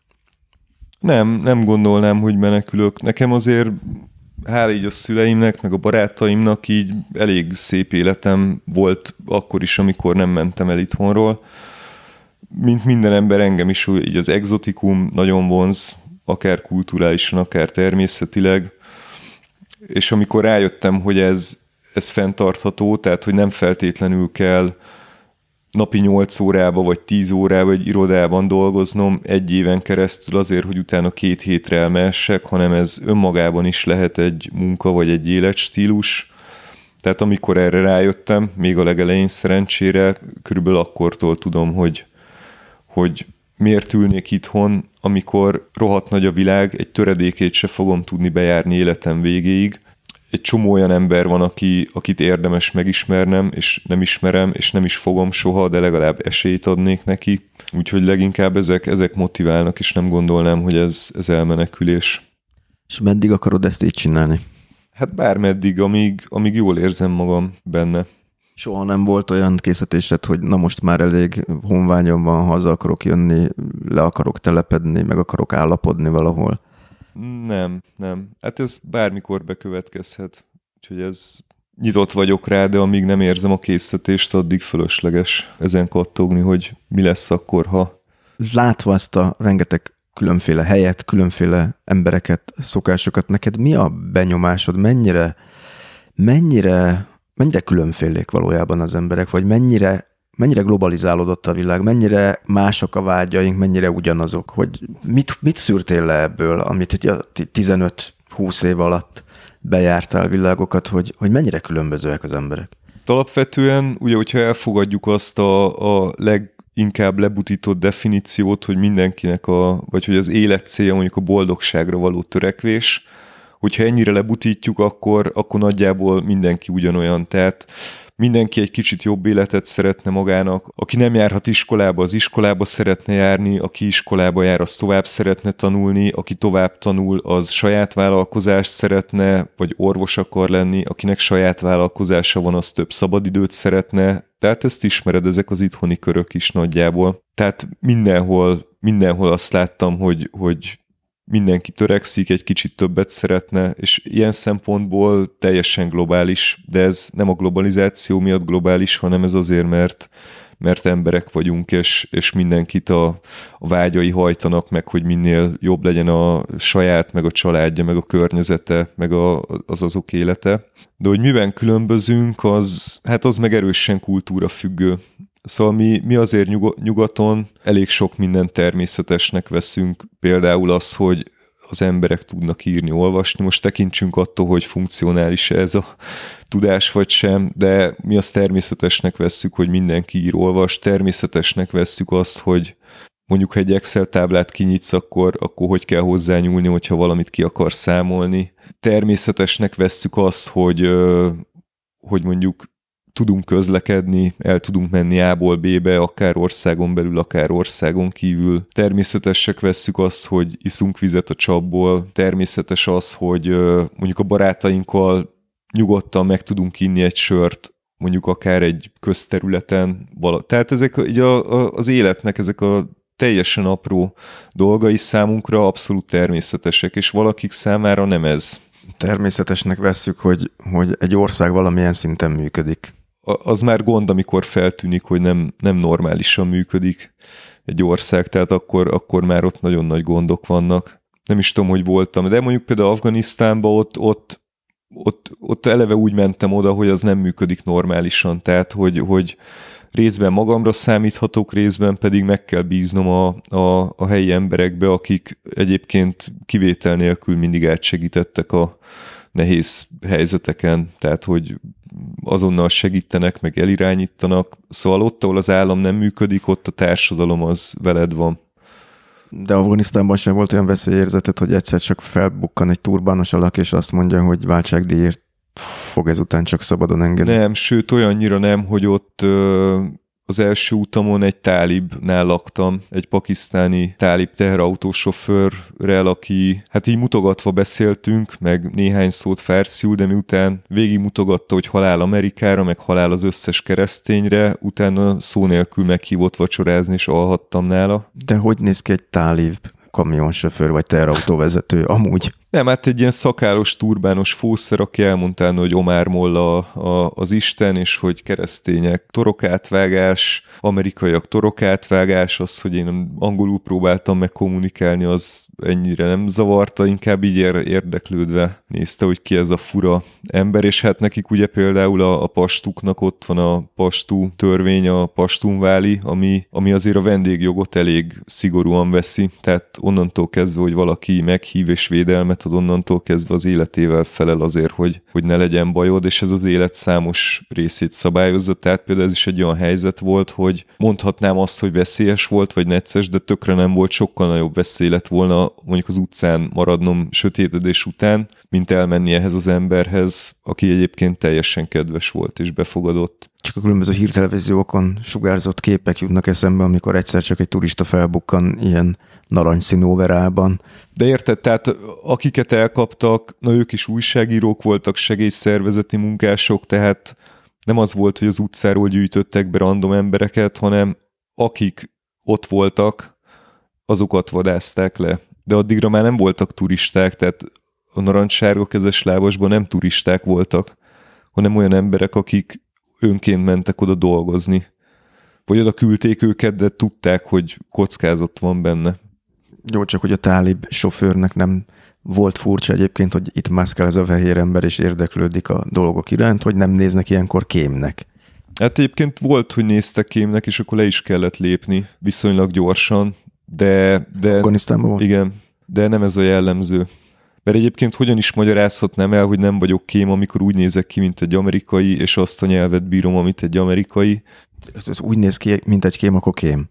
Nem gondolnám, hogy menekülök. Nekem azért, hála így a szüleimnek, meg a barátaimnak így elég szép életem volt akkor is, amikor nem mentem el itthonról. Mint minden ember, engem is így az egzotikum nagyon vonz, akár kulturálisan, akár természetileg. És amikor rájöttem, hogy ez fenntartható, tehát hogy nem feltétlenül kell napi 8 órába vagy 10 órába egy irodában dolgoznom 1 éven keresztül azért, hogy utána 2 hétre elmehessek, hanem ez önmagában is lehet egy munka vagy egy életstílus. Tehát amikor erre rájöttem, még a legelején szerencsére, körülbelül akkortól tudom, hogy miért ülnék itthon, amikor rohadt nagy a világ, egy töredékét se fogom tudni bejárni életem végéig. Egy csomó olyan ember van, akit érdemes megismernem, és nem ismerem, és nem is fogom soha, de legalább esélyt adnék neki. Úgyhogy leginkább ezek motiválnak, és nem gondolnám, hogy ez elmenekülés. És meddig akarod ezt így csinálni? Hát bármeddig, amíg jól érzem magam benne. Soha nem volt olyan készítésed, hogy na most már elég honványom van, haza akarok jönni, le akarok telepedni, meg akarok állapodni valahol? Nem. Hát ez bármikor bekövetkezhet. Úgyhogy ez nyitott vagyok rá, de amíg nem érzem a készítést, addig fölösleges ezen kattogni, hogy mi lesz akkor, ha... Látva ezt a rengeteg különféle helyet, különféle embereket, szokásokat, neked mi a benyomásod? Mennyire különfélék valójában az emberek, vagy mennyire globalizálódott a világ, mennyire mások a vágyaink, mennyire ugyanazok, hogy mit szűrtél le ebből, amit 15-20 év alatt bejártál világokat, hogy mennyire különbözőek az emberek? Alapvetően, ugye, hogyha elfogadjuk azt a leginkább lebutított definíciót, hogy mindenkinek vagy hogy az élet célja mondjuk a boldogságra való törekvés, hogyha ennyire lebutítjuk, akkor nagyjából mindenki ugyanolyan. Tehát mindenki egy kicsit jobb életet szeretne magának, aki nem járhat iskolába, az iskolába szeretne járni, aki iskolába jár, az tovább szeretne tanulni, aki tovább tanul, az saját vállalkozást szeretne, vagy orvos akar lenni, akinek saját vállalkozása van, az több szabadidőt szeretne, tehát ezt ismered, ezek az itthoni körök is nagyjából. Tehát mindenhol azt láttam, hogy mindenki törekszik, egy kicsit többet szeretne, és ilyen szempontból teljesen globális, de ez nem a globalizáció miatt globális, hanem ez azért, mert emberek vagyunk, és mindenkit a vágyai hajtanak meg, hogy minél jobb legyen a saját, meg a családja, meg a környezete, meg az azok élete. De hogy miben különbözünk, az meg erősen kultúrafüggő. Szóval mi azért nyugaton elég sok mindent természetesnek veszünk, például az, hogy az emberek tudnak írni, olvasni. Most tekintsünk attól, hogy funkcionális ez a tudás vagy sem, de mi azt természetesnek vesszük, hogy mindenki ír, olvas. Természetesnek vesszük azt, hogy mondjuk, ha egy Excel táblát kinyitsz, akkor hogy kell hozzányúlni, hogyha valamit ki akar számolni. Természetesnek vesszük azt, hogy mondjuk tudunk közlekedni, el tudunk menni A-ból B-be, akár országon belül, akár országon kívül. Természetesek vesszük azt, hogy iszunk vizet a csapból. Természetes az, hogy mondjuk a barátainkkal nyugodtan meg tudunk inni egy sört, mondjuk akár egy közterületen. Tehát ezek így az életnek, ezek a teljesen apró dolgai számunkra abszolút természetesek, és valakik számára nem ez. Természetesnek vesszük, hogy egy ország valamilyen szinten működik. Az már gond, amikor feltűnik, hogy nem normálisan működik egy ország, tehát akkor már ott nagyon nagy gondok vannak. Nem is tudom, hogy voltam, de mondjuk például Afganisztánban ott eleve úgy mentem oda, hogy az nem működik normálisan, tehát hogy részben magamra számíthatok, részben pedig meg kell bíznom a helyi emberekbe, akik egyébként kivétel nélkül mindig átsegítettek a nehéz helyzeteken, tehát hogy azonnal segítenek, meg elirányítanak. Szóval ott, ahol az állam nem működik, ott a társadalom az veled van. De Afganisztánban sem volt olyan veszélyérzetet, hogy egyszer csak felbukkan egy turbános alak, és azt mondja, hogy váltságdíjért fog ezután csak szabadon engedni? Nem, sőt olyannyira nem, hogy ott az első utamon egy tálibnál laktam, egy pakisztáni tálib teherautósofőrrel, aki hát így mutogatva beszéltünk, meg néhány szót fárszul, de miután végig mutogatta, hogy halál Amerikára, meg halál az összes keresztényre, utána szó nélkül meghívott vacsorázni, és alhattam nála. De hogy néz ki egy tálib kamionsofőr vagy teherautóvezető amúgy? Nem, hát egy ilyen szakállos, turbános fószer, aki elmondta, hogy Omar Molla az Isten, és hogy keresztények torokátvágás, amerikaiak torokátvágás, az, hogy én angolul próbáltam meg kommunikálni, az ennyire nem zavarta, inkább így érdeklődve nézte, hogy ki ez a fura ember, és hát nekik ugye például a pastuknak ott van a pastú törvény, a pastunváli, ami azért a vendégjogot elég szigorúan veszi, tehát onnantól kezdve, hogy valaki meghív és védelmet ad, onnantól kezdve az életével felel azért, hogy ne legyen bajod, és ez az élet számos részét szabályozza, tehát például ez is egy olyan helyzet volt, hogy mondhatnám azt, hogy veszélyes volt, vagy necces, de tökre nem volt, sokkal nagyobb veszély lett volna mondjuk az utcán maradnom sötétedés után, mint elmenni ehhez az emberhez, aki egyébként teljesen kedves volt és befogadott. Csak a különböző hírtelevíziókon sugárzott képek jutnak eszembe, amikor egyszer csak egy turista felbukkan ilyen narancsszínű overában. De érted, tehát akiket elkaptak, na ők is újságírók voltak, segélyszervezeti munkások, tehát nem az volt, hogy az utcáról gyűjtöttek be random embereket, hanem akik ott voltak, azokat vadázták le. De addigra már nem voltak turisták, tehát a narancssárga kezes lábasban nem turisták voltak, hanem olyan emberek, akik önként mentek oda dolgozni. Vagy oda küldték őket, de tudták, hogy kockázat van benne. Jó, csak hogy a tálib sofőrnek nem volt furcsa egyébként, hogy itt mászkál ez a fehér ember, és érdeklődik a dolgok iránt, hogy nem néznek ilyenkor kémnek. Hát egyébként volt, hogy néztek kémnek, és akkor le is kellett lépni viszonylag gyorsan, de Afganisztánban volt? Igen, de nem ez a jellemző. Mert egyébként hogyan is magyarázhatnám el, hogy nem vagyok kém, amikor úgy nézek ki, mint egy amerikai, és azt a nyelvet bírom, amit egy amerikai. Ez úgy néz ki, mint egy kém, akkor kém.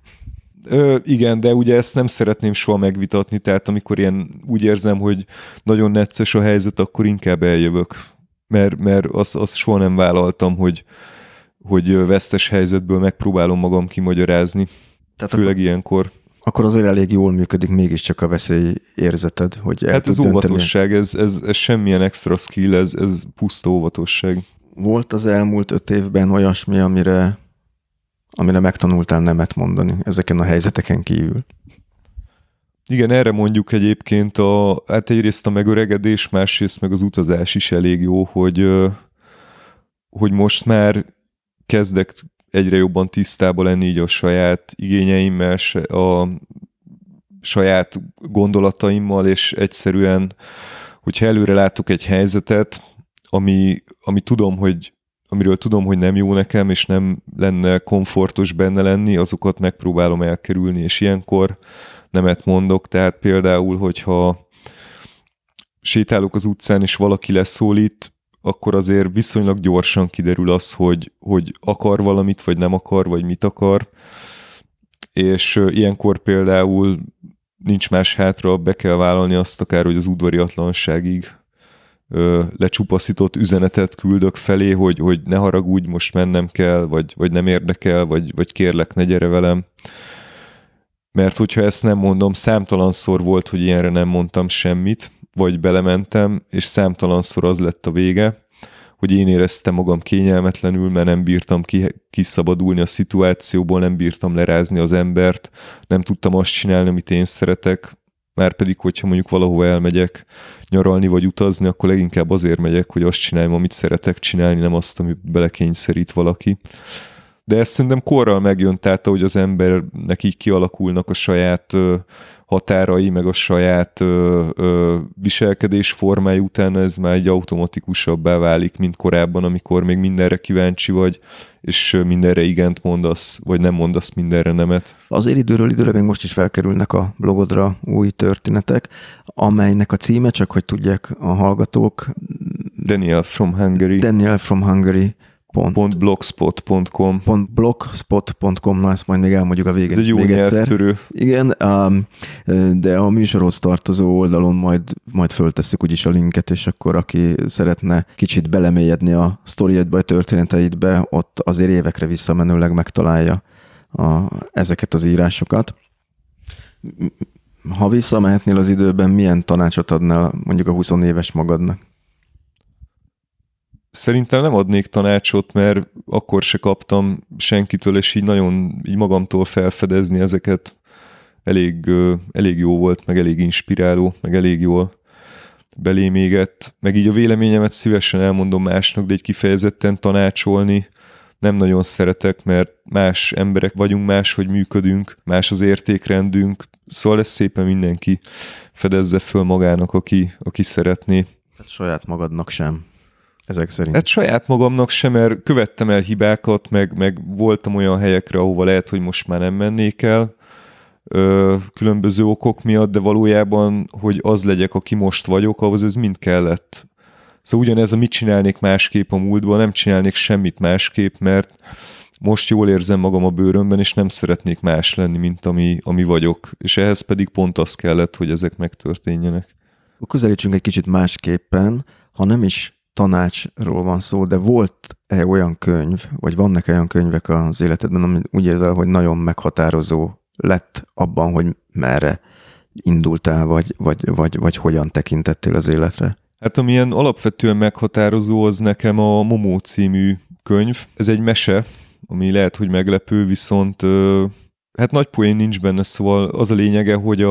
Igen, de ugye ezt nem szeretném soha megvitatni, tehát amikor úgy érzem, hogy nagyon necces a helyzet, akkor inkább eljövök. Mert azt soha nem vállaltam, hogy hogy vesztes helyzetből megpróbálom magam kimagyarázni. Tehát főleg ilyenkor. Akkor azért elég jól működik mégiscsak a veszélyérzeted, hogy hát ez óvatosság, ez semmilyen extra skill, ez puszta óvatosság. Volt az elmúlt 5 évben olyasmi, amire megtanultál nemet mondani ezeken a helyzeteken kívül? Igen, erre mondjuk egyébként hát egyrészt a megöregedés, másrészt meg az utazás is elég jó, hogy most már kezdek egyre jobban tisztában lenni így a saját igényeimmel, a saját gondolataimmal, és egyszerűen, hogyha előre látok egy helyzetet, amiről tudom, hogy nem jó nekem, és nem lenne komfortos benne lenni, azokat megpróbálom elkerülni, és ilyenkor nemet mondok. Tehát például, hogyha sétálok az utcán, és valaki leszólít, akkor azért viszonylag gyorsan kiderül az, hogy akar valamit, vagy nem akar, vagy mit akar. És ilyenkor például nincs más hátra, be kell vállalni azt akár, hogy az udvariatlanságig lecsupaszított üzenetet küldök felé, hogy ne haragudj, most mennem kell, vagy nem érdekel, vagy kérlek, ne gyere velem. Mert hogyha ezt nem mondom, számtalanszor volt, hogy ilyenre nem mondtam semmit, vagy belementem, és számtalanszor az lett a vége, hogy én éreztem magam kényelmetlenül, mert nem bírtam kiszabadulni a szituációból, nem bírtam lerázni az embert, nem tudtam azt csinálni, amit én szeretek, márpedig, hogyha mondjuk valahova elmegyek nyaralni vagy utazni, akkor leginkább azért megyek, hogy azt csináljam, amit szeretek csinálni, nem azt, amit belekényszerít valaki. De ezt szerintem korral megjön, tehát ahogy az embernek így kialakulnak a saját határai, meg a saját viselkedés formái után, ez már egy automatikusabbá válik, mint korábban, amikor még mindenre kíváncsi vagy, és mindenre igent mondasz, vagy nem mondasz mindenre nemet. Azért időről időre még most is felkerülnek a blogodra új történetek, amelynek a címe, csak hogy tudják a hallgatók. Daniel from Hungary. .blogspot.com, na ezt majd még elmondjuk a végén. Ez egy jó nyelvtörő. Igen, de a műsorhoz tartozó oldalon majd föltesszük úgyis a linket, és akkor aki szeretne kicsit belemélyedni a sztoriaidba, a történeteidbe, ott azért évekre visszamenőleg megtalálja ezeket az írásokat. Ha visszamehetnél az időben, milyen tanácsot adnál mondjuk a 20 éves magadnak? Szerintem nem adnék tanácsot, mert akkor se kaptam senkitől, és így nagyon így magamtól felfedezni ezeket elég jó volt, meg elég inspiráló, meg elég jól belém égett. Meg így a véleményemet szívesen elmondom másnak, de egy kifejezetten tanácsolni nem nagyon szeretek, mert más emberek vagyunk, máshogy működünk, más az értékrendünk, szóval ezt szépen mindenki fedezze föl magának, aki szeretné. Hát saját magadnak sem. Ezek szerint. Hát saját magamnak sem, mert követtem el hibákat, meg voltam olyan helyekre, ahova lehet, hogy most már nem mennék el különböző okok miatt, de valójában, hogy az legyek, aki most vagyok, ahhoz ez mind kellett. Szóval ugyanez, mit csinálnék másképp a múltban, nem csinálnék semmit másképp, mert most jól érzem magam a bőrömben, és nem szeretnék más lenni, mint ami vagyok. És ehhez pedig pont az kellett, hogy ezek megtörténjenek. Közelítsünk egy kicsit másképpen, ha nem is tanácsról van szó, de volt-e olyan könyv, vagy vannak olyan könyvek az életedben, ami úgy érzel, hogy nagyon meghatározó lett abban, hogy merre indultál, vagy hogyan tekintettél az életre? Hát amilyen alapvetően meghatározó, az nekem a Momó című könyv. Ez egy mese, ami lehet, hogy meglepő, viszont hát nagy poén nincs benne, szóval az a lényege, hogy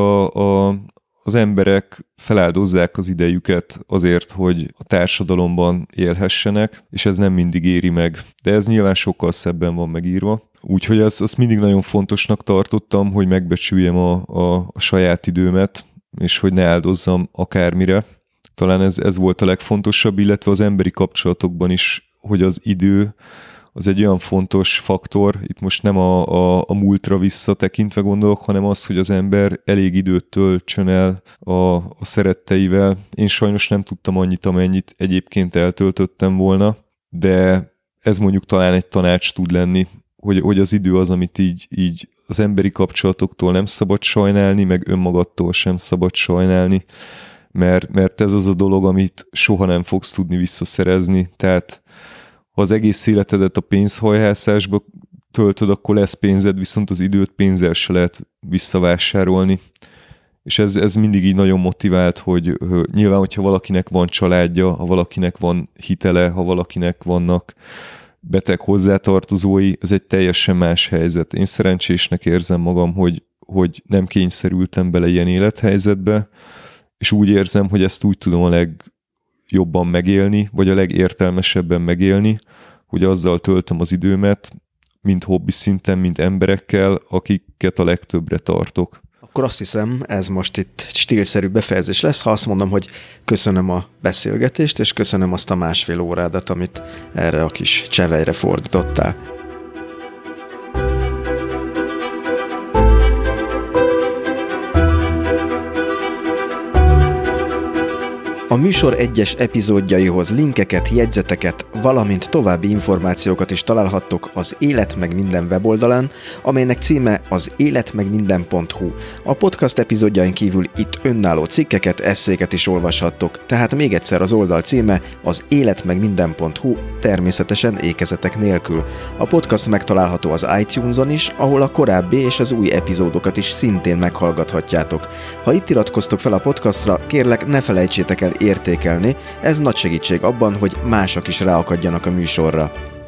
az emberek feláldozzák az idejüket azért, hogy a társadalomban élhessenek, és ez nem mindig éri meg. De ez nyilván sokkal szebben van megírva. Úgyhogy azt mindig nagyon fontosnak tartottam, hogy megbecsüljem a saját időmet, és hogy ne áldozzam akármire. Talán ez volt a legfontosabb, illetve az emberi kapcsolatokban is, hogy az idő az egy olyan fontos faktor, itt most nem a múltra visszatekintve gondolok, hanem az, hogy az ember elég időt töltsön el a szeretteivel. Én sajnos nem tudtam annyit, amennyit egyébként eltöltöttem volna, de ez mondjuk talán egy tanács tud lenni, hogy az idő az, amit így az emberi kapcsolatoktól nem szabad sajnálni, meg önmagadtól sem szabad sajnálni, mert ez az a dolog, amit soha nem fogsz tudni visszaszerezni, tehát Ha az egész életedet a pénzhajhászásba töltöd, akkor lesz pénzed, viszont az időt pénzzel se lehet visszavásárolni. És ez mindig így nagyon motivált, hogy nyilván, hogyha valakinek van családja, ha valakinek van hitele, ha valakinek vannak beteg hozzátartozói, ez egy teljesen más helyzet. Én szerencsésnek érzem magam, hogy nem kényszerültem bele ilyen élethelyzetbe, és úgy érzem, hogy ezt úgy tudom a legjobban megélni, vagy a legértelmesebben megélni, hogy azzal töltöm az időmet, mind hobbi szinten, mind emberekkel, akiket a legtöbbre tartok. Akkor azt hiszem, ez most itt stílszerű befejezés lesz, ha azt mondom, hogy köszönöm a beszélgetést, és köszönöm azt a 1,5 órádat, amit erre a kis csevejre fordítottál. A műsor egyes epizódjaihoz linkeket, jegyzeteket, valamint további információkat is találhattok az Élet meg minden weboldalán, amelynek címe az életmegminden.hu. A podcast epizódjain kívül itt önálló cikkeket, esszéket is olvashattok, tehát még egyszer az oldal címe az életmegminden.hu, természetesen ékezetek nélkül. A podcast megtalálható az iTunes-on is, ahol a korábbi és az új epizódokat is szintén meghallgathatjátok. Ha itt iratkoztok fel a podcastra, kérlek ne felejtsétek el értékelni, ez nagy segítség abban, hogy mások is ráakadjanak a műsorra.